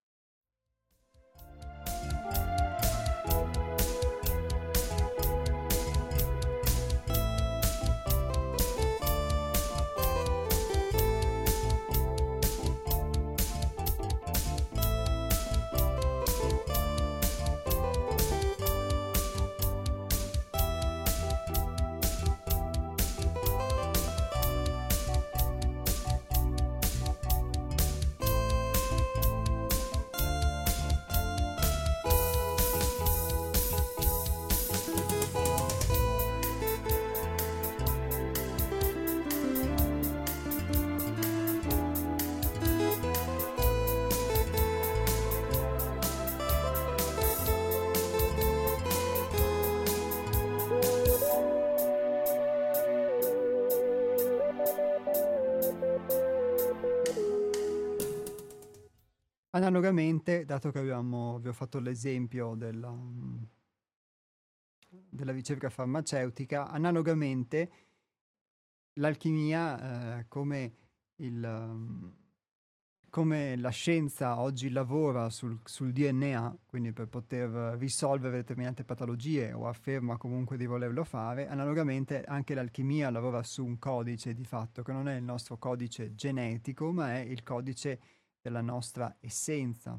Analogamente, dato che abbiamo, vi ho fatto l'esempio della, mm, della ricerca farmaceutica, analogamente l'alchimia, eh, come, il, um, come la scienza oggi lavora sul, sul D N A, quindi per poter risolvere determinate patologie o afferma comunque di volerlo fare, analogamente anche l'alchimia lavora su un codice di fatto, che non è il nostro codice genetico, ma è il codice della nostra essenza.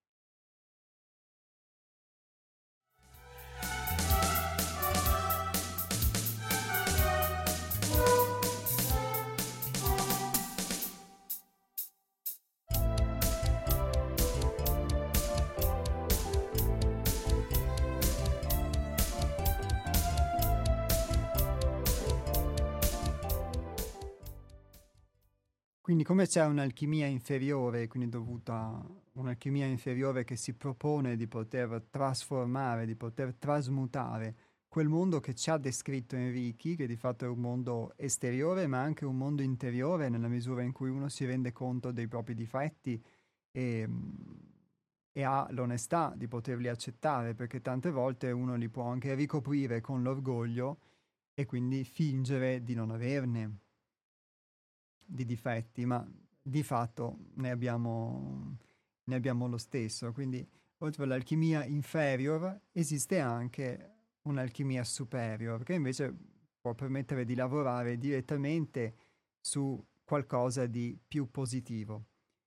Quindi come c'è un'alchimia inferiore, quindi dovuta un'alchimia inferiore che si propone di poter trasformare, di poter trasmutare quel mondo che ci ha descritto Enrichi, che di fatto è un mondo esteriore, ma anche un mondo interiore, nella misura in cui uno si rende conto dei propri difetti e, e ha l'onestà di poterli accettare, perché tante volte uno li può anche ricoprire con l'orgoglio e quindi fingere di non averne di difetti, ma di fatto ne abbiamo, ne abbiamo lo stesso. Quindi, oltre all'alchimia inferior, esiste anche un'alchimia superior, che invece può permettere di lavorare direttamente su qualcosa di più positivo.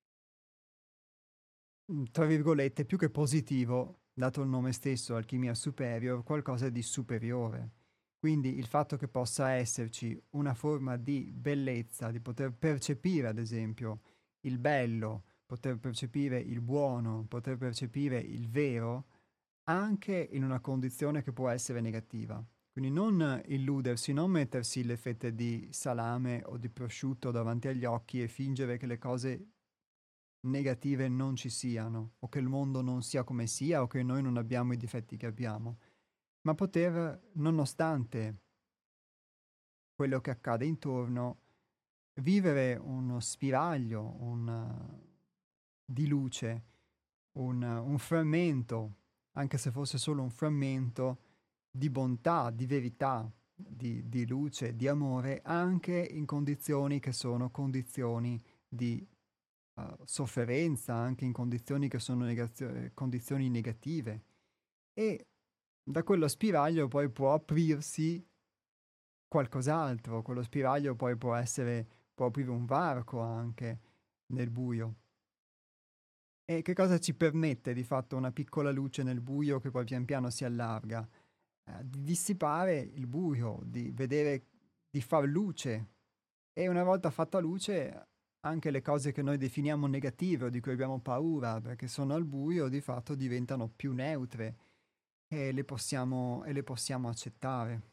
Tra virgolette, più che positivo, dato il nome stesso, alchimia superior, qualcosa di superiore. Quindi il fatto che possa esserci una forma di bellezza, di poter percepire, ad esempio, il bello, poter percepire il buono, poter percepire il vero, anche in una condizione che può essere negativa. Quindi non illudersi, non mettersi le fette di salame o di prosciutto davanti agli occhi e fingere che le cose negative non ci siano, o che il mondo non sia come sia, o che noi non abbiamo i difetti che abbiamo, ma poter, nonostante quello che accade intorno, vivere uno spiraglio, un, uh, di luce, un, uh, un frammento, anche se fosse solo un frammento, di bontà, di verità, di, di luce, di amore, anche in condizioni che sono condizioni di uh, sofferenza, anche in condizioni che sono negazio- eh, condizioni negative. E da quello spiraglio poi può aprirsi qualcos'altro, quello spiraglio poi può essere, può aprire un varco anche nel buio. E che cosa ci permette di fatto una piccola luce nel buio che poi pian piano si allarga? Eh, di dissipare il buio, di vedere, di far luce. E una volta fatta luce, anche le cose che noi definiamo negative o di cui abbiamo paura perché sono al buio, di fatto diventano più neutre e le possiamo, e le possiamo accettare.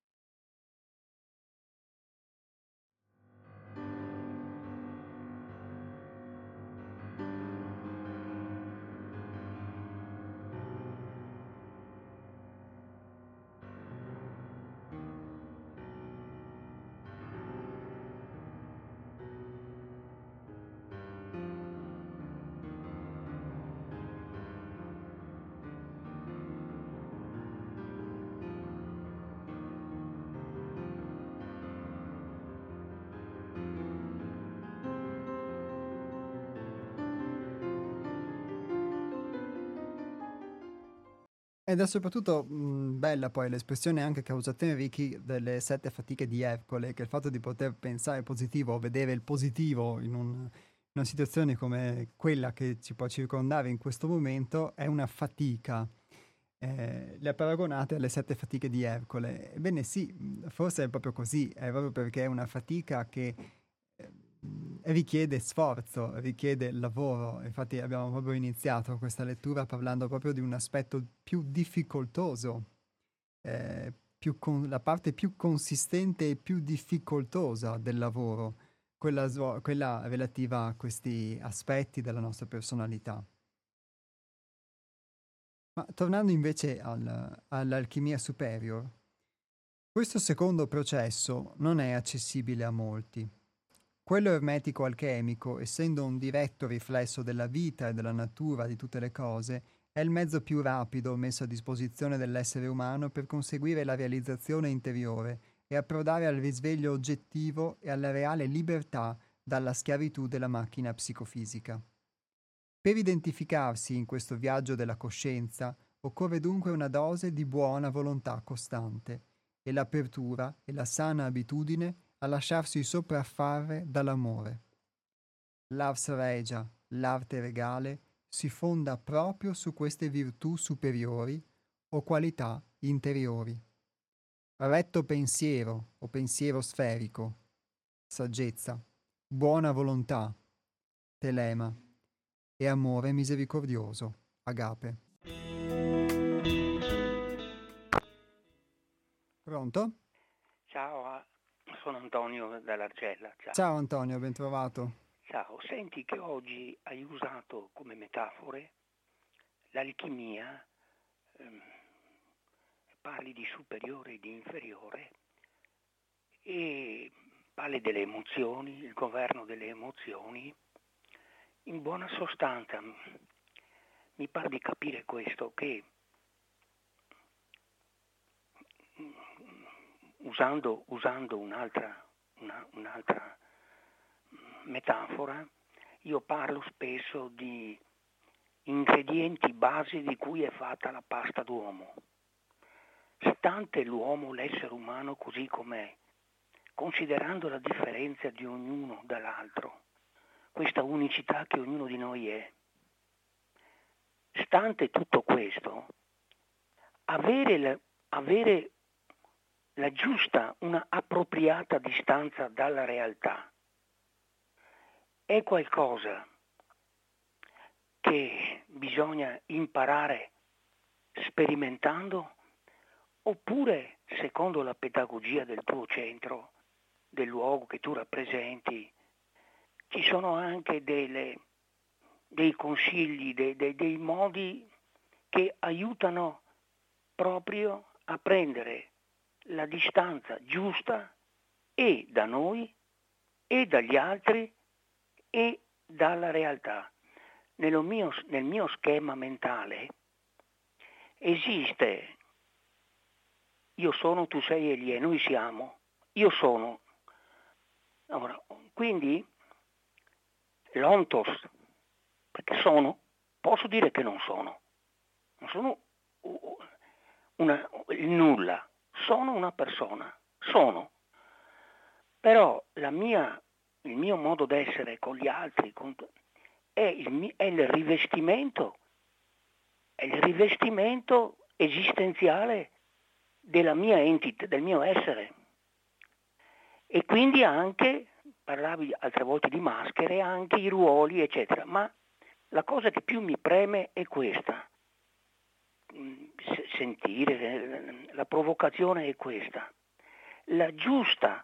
Ed è soprattutto mh, bella poi l'espressione anche che ha usato Enrichi delle sette fatiche di Ercole, che il fatto di poter pensare positivo o vedere il positivo in un- una situazione come quella che ci può circondare in questo momento è una fatica. Eh, le ha paragonate alle sette fatiche di Ercole. Ebbene sì, mh, forse è proprio così, è proprio perché è una fatica che eh, mh, richiede sforzo, richiede lavoro. Infatti abbiamo proprio iniziato questa lettura parlando proprio di un aspetto più difficoltoso, eh, più con- la parte più consistente e più difficoltosa del lavoro, quella, svo- quella relativa a questi aspetti della nostra personalità. Ma tornando invece al- all'alchimia superior, questo secondo processo non è accessibile a molti. Quello ermetico-alchemico, essendo un diretto riflesso della vita e della natura di tutte le cose, è il mezzo più rapido messo a disposizione dell'essere umano per conseguire la realizzazione interiore e approdare al risveglio oggettivo e alla reale libertà dalla schiavitù della macchina psicofisica. Per identificarsi in questo viaggio della coscienza occorre dunque una dose di buona volontà costante e l'apertura e la sana abitudine a lasciarsi sopraffare dall'amore. L'ars regia, l'arte regale, si fonda proprio su queste virtù superiori o qualità interiori. Retto pensiero o pensiero sferico, saggezza, buona volontà, telema e amore misericordioso, agape. Pronto? Ciao, sono Antonio dall'Argella. Ciao. Ciao Antonio, ben trovato. Ciao, senti che oggi hai usato come metafore l'alchimia, ehm, parli di superiore e di inferiore e parli delle emozioni, il governo delle emozioni. In buona sostanza mi pare di capire questo, che usando, usando un'altra, una, un'altra metafora, io parlo spesso di ingredienti base di cui è fatta la pasta d'uomo. Stante l'uomo, l'essere umano così com'è, considerando la differenza di ognuno dall'altro, questa unicità che ognuno di noi è, stante tutto questo, avere la, avere la giusta, una appropriata distanza dalla realtà è qualcosa che bisogna imparare sperimentando, oppure, secondo la pedagogia del tuo centro, del luogo che tu rappresenti, ci sono anche delle, dei consigli, dei, dei, dei modi che aiutano proprio a prendere la distanza giusta e da noi e dagli altri e dalla realtà. Nello mio, nel mio schema mentale esiste io sono, tu sei, egli è, noi siamo, io sono. Ora, quindi l'ontos, perché sono, posso dire che non sono, non sono una, il nulla, sono una persona, sono, però la mia, il mio modo d'essere con gli altri con, è, il, è il rivestimento, è il rivestimento esistenziale della mia entità, del mio essere. E quindi anche, parlavi altre volte di maschere, anche i ruoli, eccetera. Ma la cosa che più mi preme è questa. Sentire, la provocazione è questa. La giusta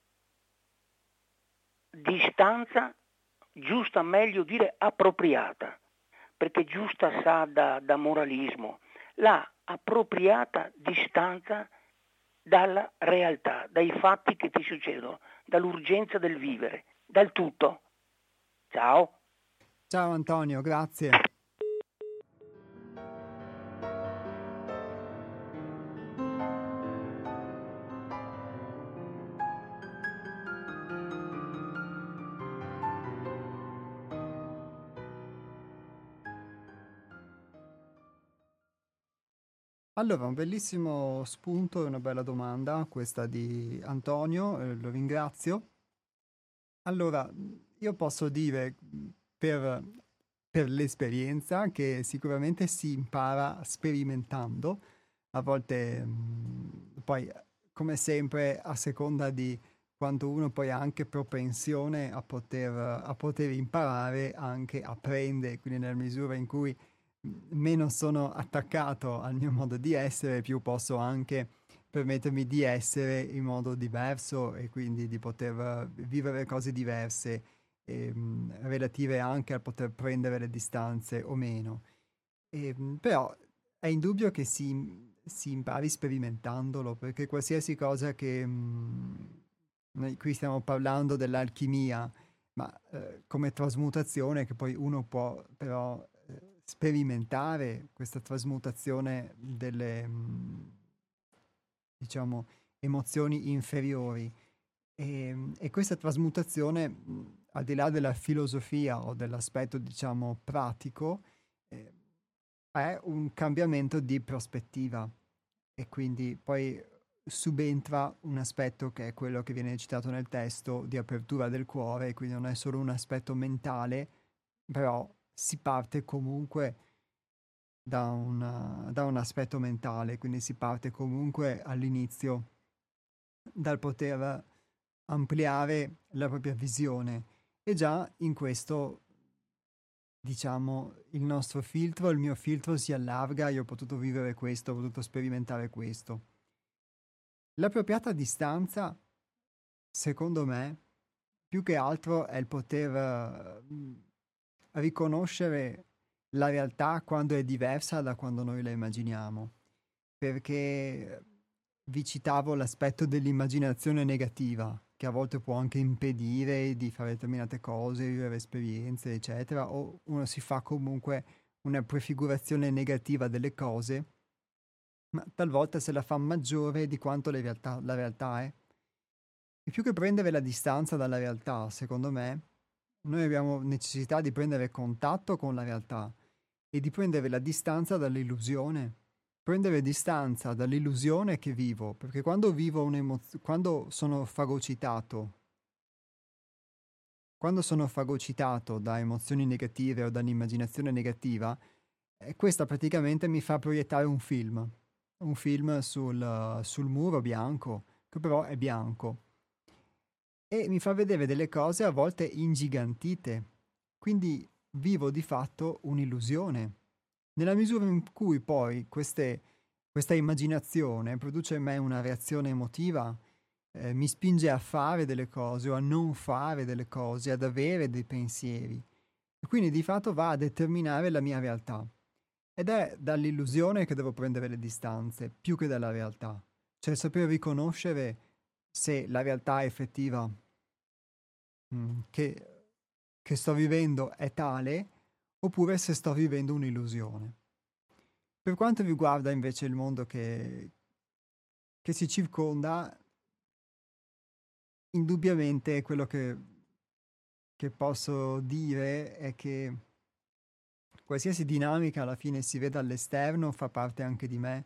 distanza, giusta meglio dire appropriata, perché giusta sa da, da moralismo, la appropriata distanza dalla realtà, dai fatti che ti succedono, dall'urgenza del vivere, dal tutto. Ciao. Ciao Antonio, grazie. Allora, un bellissimo spunto e una bella domanda questa di Antonio, eh, lo ringrazio. Allora, io posso dire per, per l'esperienza che sicuramente si impara sperimentando, a volte mh, poi come sempre a seconda di quanto uno poi ha anche propensione a poter, a poter imparare, anche apprende, quindi nella misura in cui meno sono attaccato al mio modo di essere, più posso anche permettermi di essere in modo diverso e quindi di poter vivere cose diverse, ehm, relative anche al poter prendere le distanze o meno. Ehm, però è indubbio che si, si impari sperimentandolo, perché qualsiasi cosa che... mh, noi qui stiamo parlando dell'alchimia, ma eh, come trasmutazione che poi uno può però eh, sperimentare questa trasmutazione delle, mh, diciamo, emozioni inferiori. E, e questa trasmutazione, mh, al di là della filosofia o dell'aspetto, diciamo, pratico, eh, è un cambiamento di prospettiva e quindi poi subentra un aspetto che è quello che viene citato nel testo di apertura del cuore, quindi non è solo un aspetto mentale, però si parte comunque da, una, da un aspetto mentale, quindi si parte comunque all'inizio dal poter ampliare la propria visione e già in questo, diciamo, il nostro filtro, il mio filtro si allarga, io ho potuto vivere questo, ho potuto sperimentare questo. L'appropriata distanza, secondo me, più che altro è il poter uh, riconoscere la realtà quando è diversa da quando noi la immaginiamo, perché vi citavo l'aspetto dell'immaginazione negativa, che a volte può anche impedire di fare determinate cose, vivere esperienze, eccetera, o uno si fa comunque una prefigurazione negativa delle cose, ma talvolta se la fa maggiore di quanto la realtà, la realtà è. E più che prendere la distanza dalla realtà, secondo me, noi abbiamo necessità di prendere contatto con la realtà e di prendere la distanza dall'illusione. Prendere distanza dall'illusione che vivo, perché quando vivo un'emozione, quando sono fagocitato, quando sono fagocitato da emozioni negative o dall'immaginazione negativa, eh, questa praticamente mi fa proiettare un film, un film sul, sul muro bianco, che però è bianco, e mi fa vedere delle cose a volte ingigantite. Quindi vivo di fatto un'illusione. Nella misura in cui poi queste, questa immaginazione produce in me una reazione emotiva, eh, mi spinge a fare delle cose o a non fare delle cose, ad avere dei pensieri. E quindi di fatto va a determinare la mia realtà. Ed è dall'illusione che devo prendere le distanze, più che dalla realtà. Cioè saper riconoscere se la realtà è effettiva mm, che, che sto vivendo è tale, oppure se sto vivendo un'illusione. Per quanto riguarda invece il mondo che, che si circonda, indubbiamente quello che, che posso dire è che qualsiasi dinamica alla fine si veda all'esterno fa parte anche di me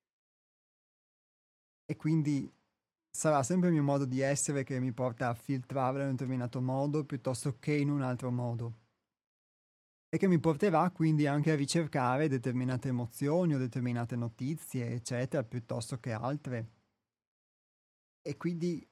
e quindi sarà sempre il mio modo di essere che mi porta a filtrarla in un determinato modo piuttosto che in un altro modo. E che mi porterà quindi anche a ricercare determinate emozioni o determinate notizie, eccetera, piuttosto che altre. E quindi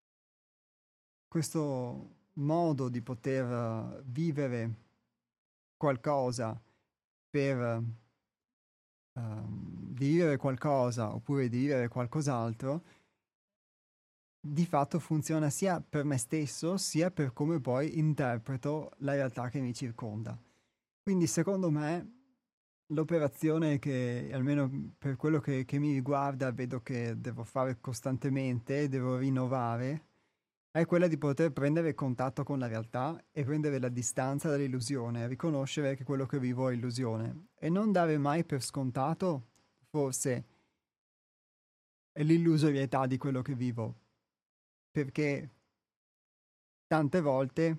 questo modo di poter uh, vivere qualcosa per uh, di vivere qualcosa oppure di vivere qualcos'altro, di fatto funziona sia per me stesso, sia per come poi interpreto la realtà che mi circonda. Quindi secondo me l'operazione che, almeno per quello che, che mi riguarda, vedo che devo fare costantemente, devo rinnovare, è quella di poter prendere contatto con la realtà e prendere la distanza dall'illusione, riconoscere che quello che vivo è illusione e non dare mai per scontato, forse, l'illusorietà di quello che vivo, perché tante volte,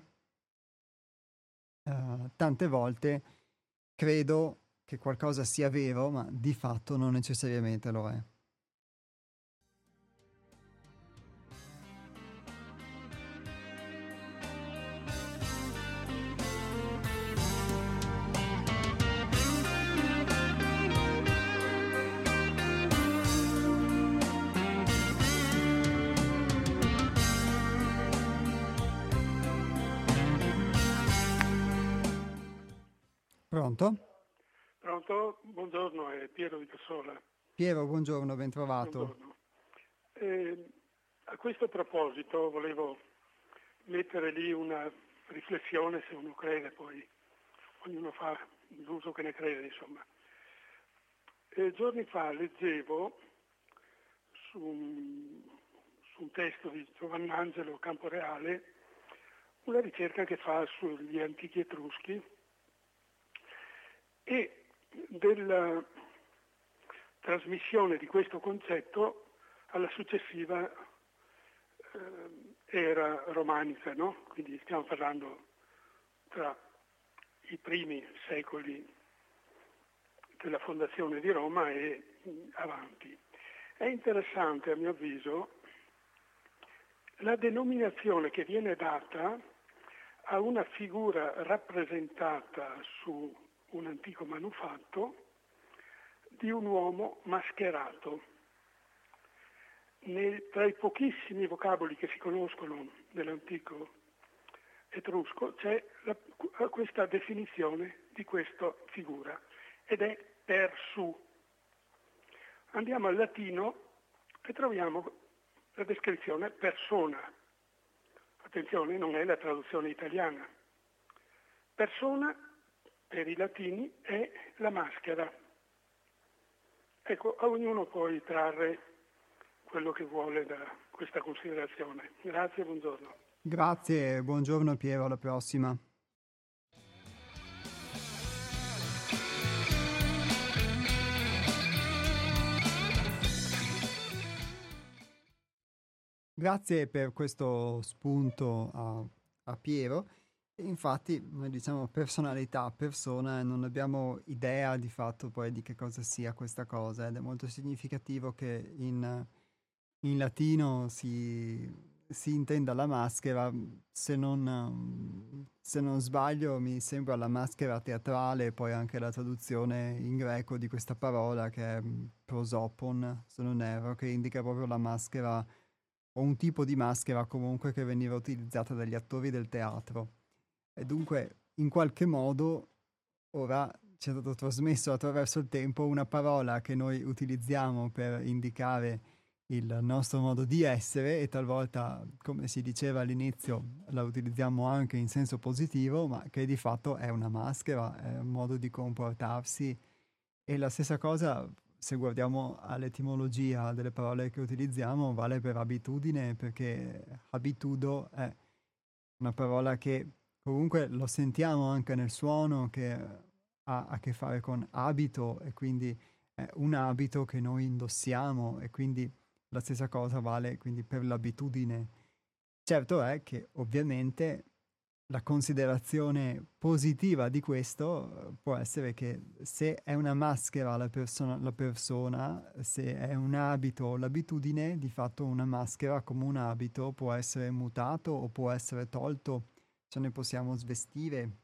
uh, tante volte credo che qualcosa sia vero, ma di fatto non necessariamente lo è. Pronto? Pronto? Buongiorno, è Piero di Cassola. Piero, buongiorno, ben trovato. Buongiorno. Eh, a questo proposito volevo mettere lì una riflessione, se uno crede, poi ognuno fa l'uso che ne crede, insomma. Eh, giorni fa leggevo su un, su un testo di Giovannangelo Camporeale una ricerca che fa sugli antichi etruschi e della trasmissione di questo concetto alla successiva eh, era romanica, no? Quindi stiamo parlando tra i primi secoli della fondazione di Roma e avanti. È interessante, a mio avviso, la denominazione che viene data a una figura rappresentata su un antico manufatto di un uomo mascherato. Ne, tra i pochissimi vocaboli che si conoscono dell'antico etrusco c'è la, questa definizione di questa figura ed è persu. Andiamo al latino e troviamo la descrizione persona. Attenzione, non è la traduzione italiana. Persona per i latini è la maschera. Ecco, a ognuno puoi trarre quello che vuole da questa considerazione. Grazie, buongiorno. Grazie, buongiorno Piero, alla prossima. grazie per questo spunto a, a Piero. Infatti noi diciamo personalità, persona, e non abbiamo idea di fatto poi di che cosa sia questa cosa, ed è molto significativo che in, in latino si, si intenda la maschera. Se non, se non sbaglio mi sembra la maschera teatrale, poi anche la traduzione in greco di questa parola che è prosopon, se non erro, che indica proprio la maschera o un tipo di maschera comunque che veniva utilizzata dagli attori del teatro. E dunque, in qualche modo, ora ci è stato trasmesso attraverso il tempo una parola che noi utilizziamo per indicare il nostro modo di essere, e talvolta, come si diceva all'inizio, la utilizziamo anche in senso positivo, ma che di fatto è una maschera, è un modo di comportarsi. E la stessa cosa, se guardiamo all'etimologia delle parole che utilizziamo, vale per abitudine, perché abitudo è una parola che comunque lo sentiamo anche nel suono, che ha a che fare con abito, e quindi è un abito che noi indossiamo, e quindi la stessa cosa vale quindi per l'abitudine. Certo è che ovviamente la considerazione positiva di questo eh, può essere che se è una maschera la persona, la persona, se è un abito o l'abitudine, di fatto una maschera come un abito può essere mutato o può essere tolto, ce ne possiamo svestire.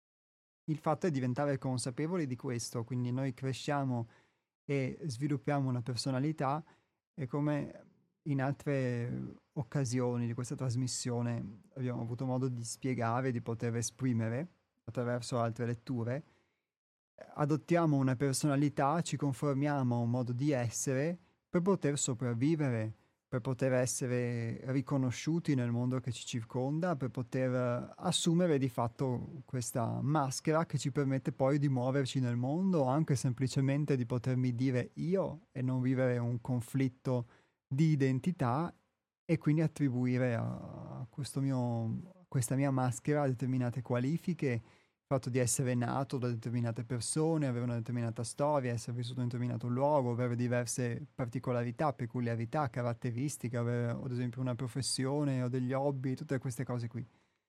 Il fatto è diventare consapevoli di questo, quindi noi cresciamo e sviluppiamo una personalità, e come in altre occasioni di questa trasmissione abbiamo avuto modo di spiegare, di poter esprimere attraverso altre letture, adottiamo una personalità, ci conformiamo a un modo di essere per poter sopravvivere, per poter essere riconosciuti nel mondo che ci circonda, per poter assumere di fatto questa maschera che ci permette poi di muoverci nel mondo, o anche semplicemente di potermi dire io e non vivere un conflitto di identità, e quindi attribuire a questo mio, questa mia maschera determinate qualifiche, il fatto di essere nato da determinate persone, avere una determinata storia, essere vissuto in un determinato luogo, avere diverse particolarità, peculiarità, caratteristiche, avere ad esempio una professione o degli hobby, tutte queste cose qui.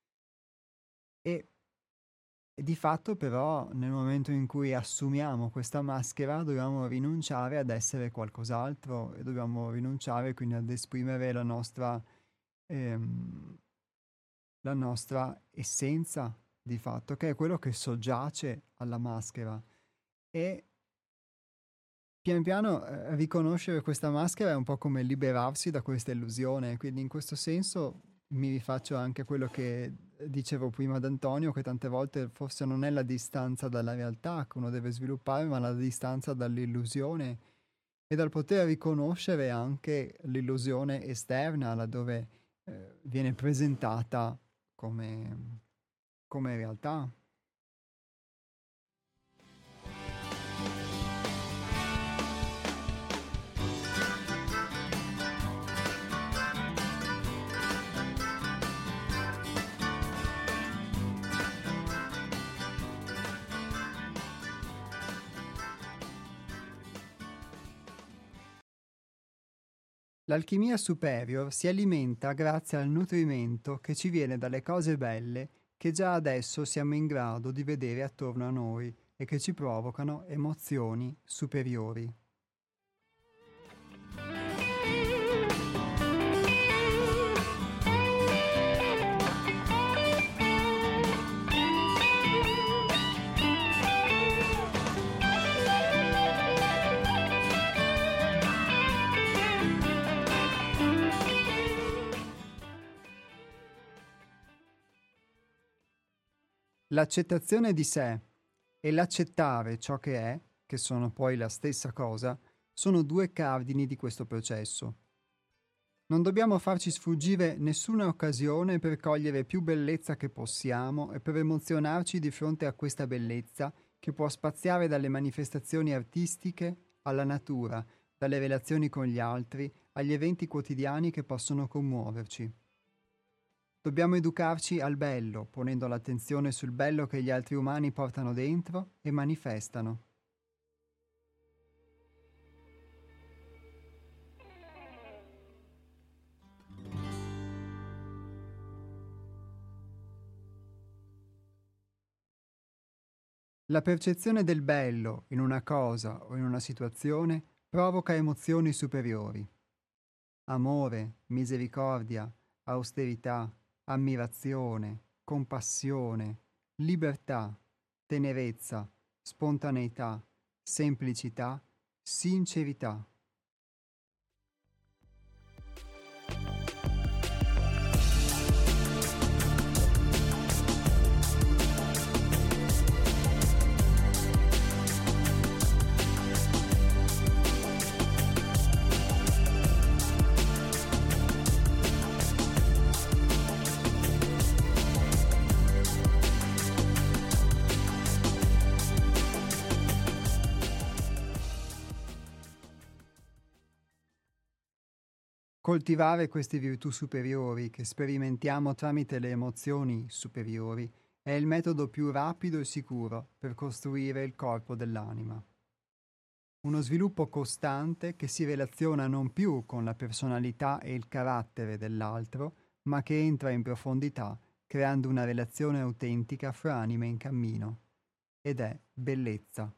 E E di fatto però nel momento in cui assumiamo questa maschera dobbiamo rinunciare ad essere qualcos'altro, e dobbiamo rinunciare quindi ad esprimere la nostra, ehm, la nostra essenza di fatto, che è quello che soggiace alla maschera. E pian piano eh, riconoscere questa maschera è un po' come liberarsi da questa illusione, quindi in questo senso mi rifaccio anche a quello che dicevo prima ad Antonio, che tante volte forse non è la distanza dalla realtà che uno deve sviluppare, ma la distanza dall'illusione, e dal poter riconoscere anche l'illusione esterna, laddove eh, viene presentata come, come realtà. L'alchimia superior si alimenta grazie al nutrimento che ci viene dalle cose belle che già adesso siamo in grado di vedere attorno a noi e che ci provocano emozioni superiori. L'accettazione di sé e l'accettare ciò che è, che sono poi la stessa cosa, sono due cardini di questo processo. Non dobbiamo farci sfuggire nessuna occasione per cogliere più bellezza che possiamo e per emozionarci di fronte a questa bellezza che può spaziare dalle manifestazioni artistiche alla natura, dalle relazioni con gli altri agli eventi quotidiani che possono commuoverci. Dobbiamo educarci al bello, ponendo l'attenzione sul bello che gli altri umani portano dentro e manifestano. La percezione del bello in una cosa o in una situazione provoca emozioni superiori. Amore, misericordia, austerità, ammirazione, compassione, libertà, tenerezza, spontaneità, semplicità, sincerità. Coltivare queste virtù superiori che sperimentiamo tramite le emozioni superiori è il metodo più rapido e sicuro per costruire il corpo dell'anima. Uno sviluppo costante che si relaziona non più con la personalità e il carattere dell'altro, ma che entra in profondità, creando una relazione autentica fra anime in cammino. Ed è bellezza.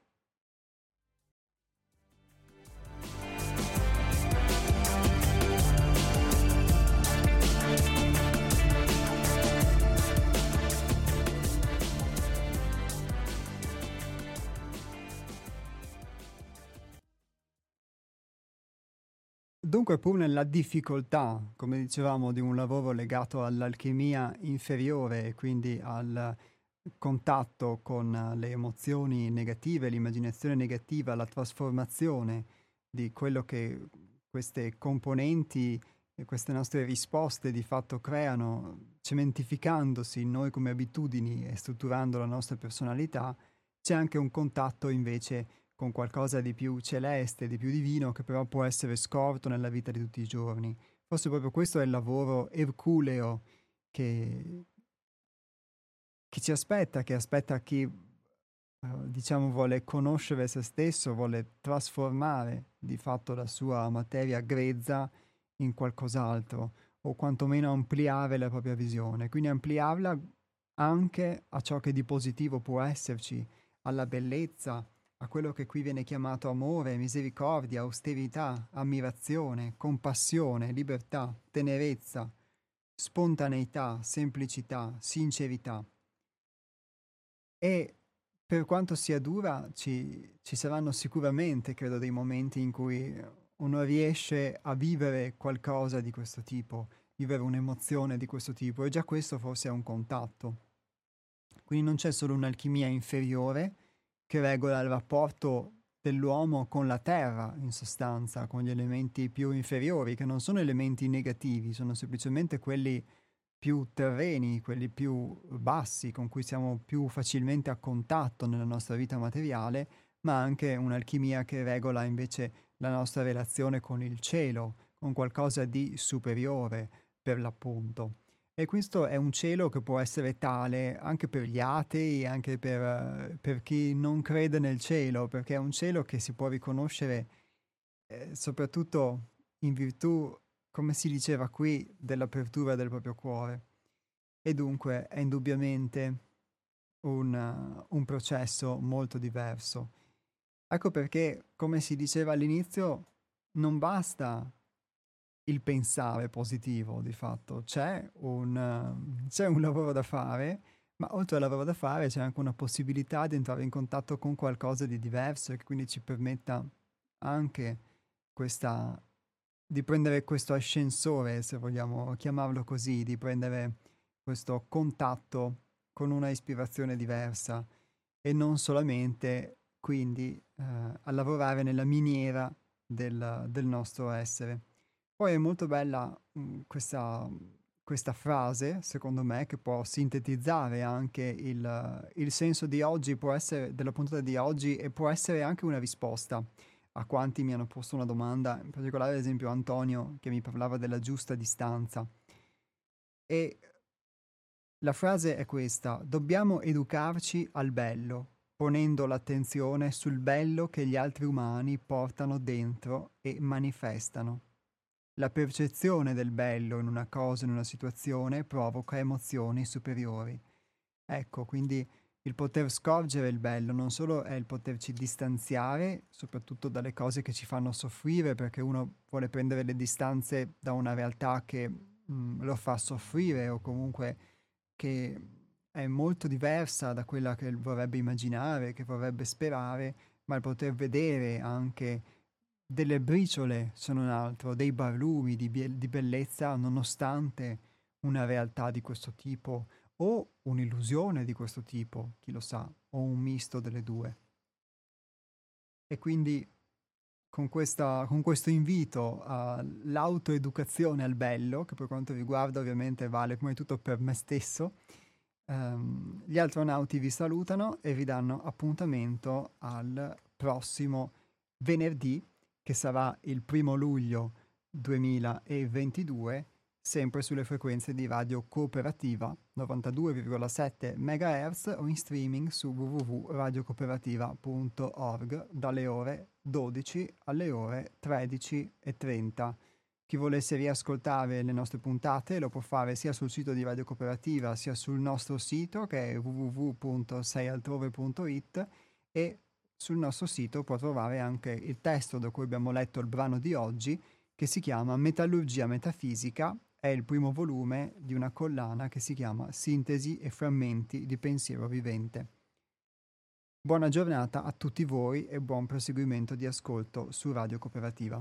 Dunque, pur nella difficoltà, come dicevamo, di un lavoro legato all'alchimia inferiore e quindi al contatto con le emozioni negative, l'immaginazione negativa, la trasformazione di quello che queste componenti e queste nostre risposte di fatto creano, cementificandosi in noi come abitudini e strutturando la nostra personalità, c'è anche un contatto invece con qualcosa di più celeste, di più divino, che però può essere scorto nella vita di tutti i giorni. Forse proprio questo è il lavoro erculeo che, che ci aspetta, che aspetta chi, eh, diciamo, vuole conoscere se stesso, vuole trasformare di fatto la sua materia grezza in qualcos'altro, o quantomeno ampliare la propria visione. Quindi ampliarla anche a ciò che di positivo può esserci, alla bellezza, a quello che qui viene chiamato amore, misericordia, austerità, ammirazione, compassione, libertà, tenerezza, spontaneità, semplicità, sincerità. E per quanto sia dura, ci, ci saranno sicuramente, credo, dei momenti in cui uno riesce a vivere qualcosa di questo tipo, vivere un'emozione di questo tipo, e già questo forse è un contatto. Quindi non c'è solo un'alchimia inferiore che regola il rapporto dell'uomo con la terra, in sostanza, con gli elementi più inferiori, che non sono elementi negativi, sono semplicemente quelli più terreni, quelli più bassi, con cui siamo più facilmente a contatto nella nostra vita materiale, ma anche un'alchimia che regola invece la nostra relazione con il cielo, con qualcosa di superiore, per l'appunto. E questo è un cielo che può essere tale anche per gli atei, anche per, per chi non crede nel cielo, perché è un cielo che si può riconoscere eh, soprattutto in virtù, come si diceva qui, dell'apertura del proprio cuore. E dunque è indubbiamente un, uh, un processo molto diverso. Ecco perché, come si diceva all'inizio, non basta il pensare positivo, di fatto. C'è un, uh, c'è un lavoro da fare, ma oltre al lavoro da fare c'è anche una possibilità di entrare in contatto con qualcosa di diverso e che quindi ci permetta anche questa, di prendere questo ascensore, se vogliamo chiamarlo così, di prendere questo contatto con una ispirazione diversa e non solamente quindi eh, a lavorare nella miniera del, del nostro essere. Poi è molto bella mh, questa, questa frase, secondo me, che può sintetizzare anche il, il senso di oggi, può essere, della puntata di oggi, e può essere anche una risposta a quanti mi hanno posto una domanda, in particolare ad esempio Antonio, che mi parlava della giusta distanza. E la frase è questa: dobbiamo educarci al bello, ponendo l'attenzione sul bello che gli altri umani portano dentro e manifestano. La percezione del bello in una cosa, in una situazione, provoca emozioni superiori. Ecco, quindi Il poter scorgere il bello non solo è il poterci distanziare, soprattutto dalle cose che ci fanno soffrire, perché uno vuole prendere le distanze da una realtà che mh, lo fa soffrire o comunque che è molto diversa da quella che vorrebbe immaginare, che vorrebbe sperare, ma il poter vedere anche delle briciole sono un altro, dei barlumi di, bie- di bellezza nonostante una realtà di questo tipo o un'illusione di questo tipo, chi lo sa, o un misto delle due. E quindi con, questa, con questo invito all'autoeducazione al bello, che per quanto riguarda ovviamente vale come tutto per me stesso, ehm, gli astronauti vi salutano e vi danno appuntamento al prossimo venerdì, che sarà il primo luglio duemilaventidue, sempre sulle frequenze di Radio Cooperativa novantadue virgola sette megahertz o in streaming su w w w punto radio cooperativa punto org dalle ore dodici alle ore tredici e trenta. Chi volesse riascoltare le nostre puntate lo può fare sia sul sito di Radio Cooperativa sia sul nostro sito, che è w w w punto sei altrove punto i t, e sul nostro sito può trovare anche il testo da cui abbiamo letto il brano di oggi, che si chiama Metallurgia Metafisica. È il primo volume di una collana che si chiama Sintesi e frammenti di pensiero vivente. Buona giornata a tutti voi e buon proseguimento di ascolto su Radio Cooperativa.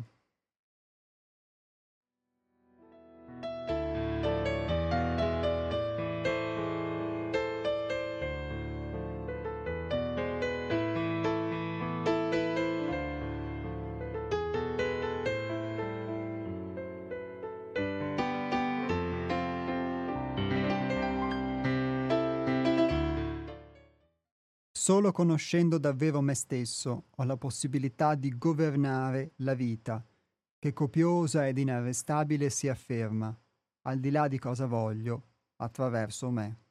Solo conoscendo davvero me stesso ho la possibilità di governare la vita, che copiosa ed inarrestabile si afferma, al di là di cosa voglio, attraverso me.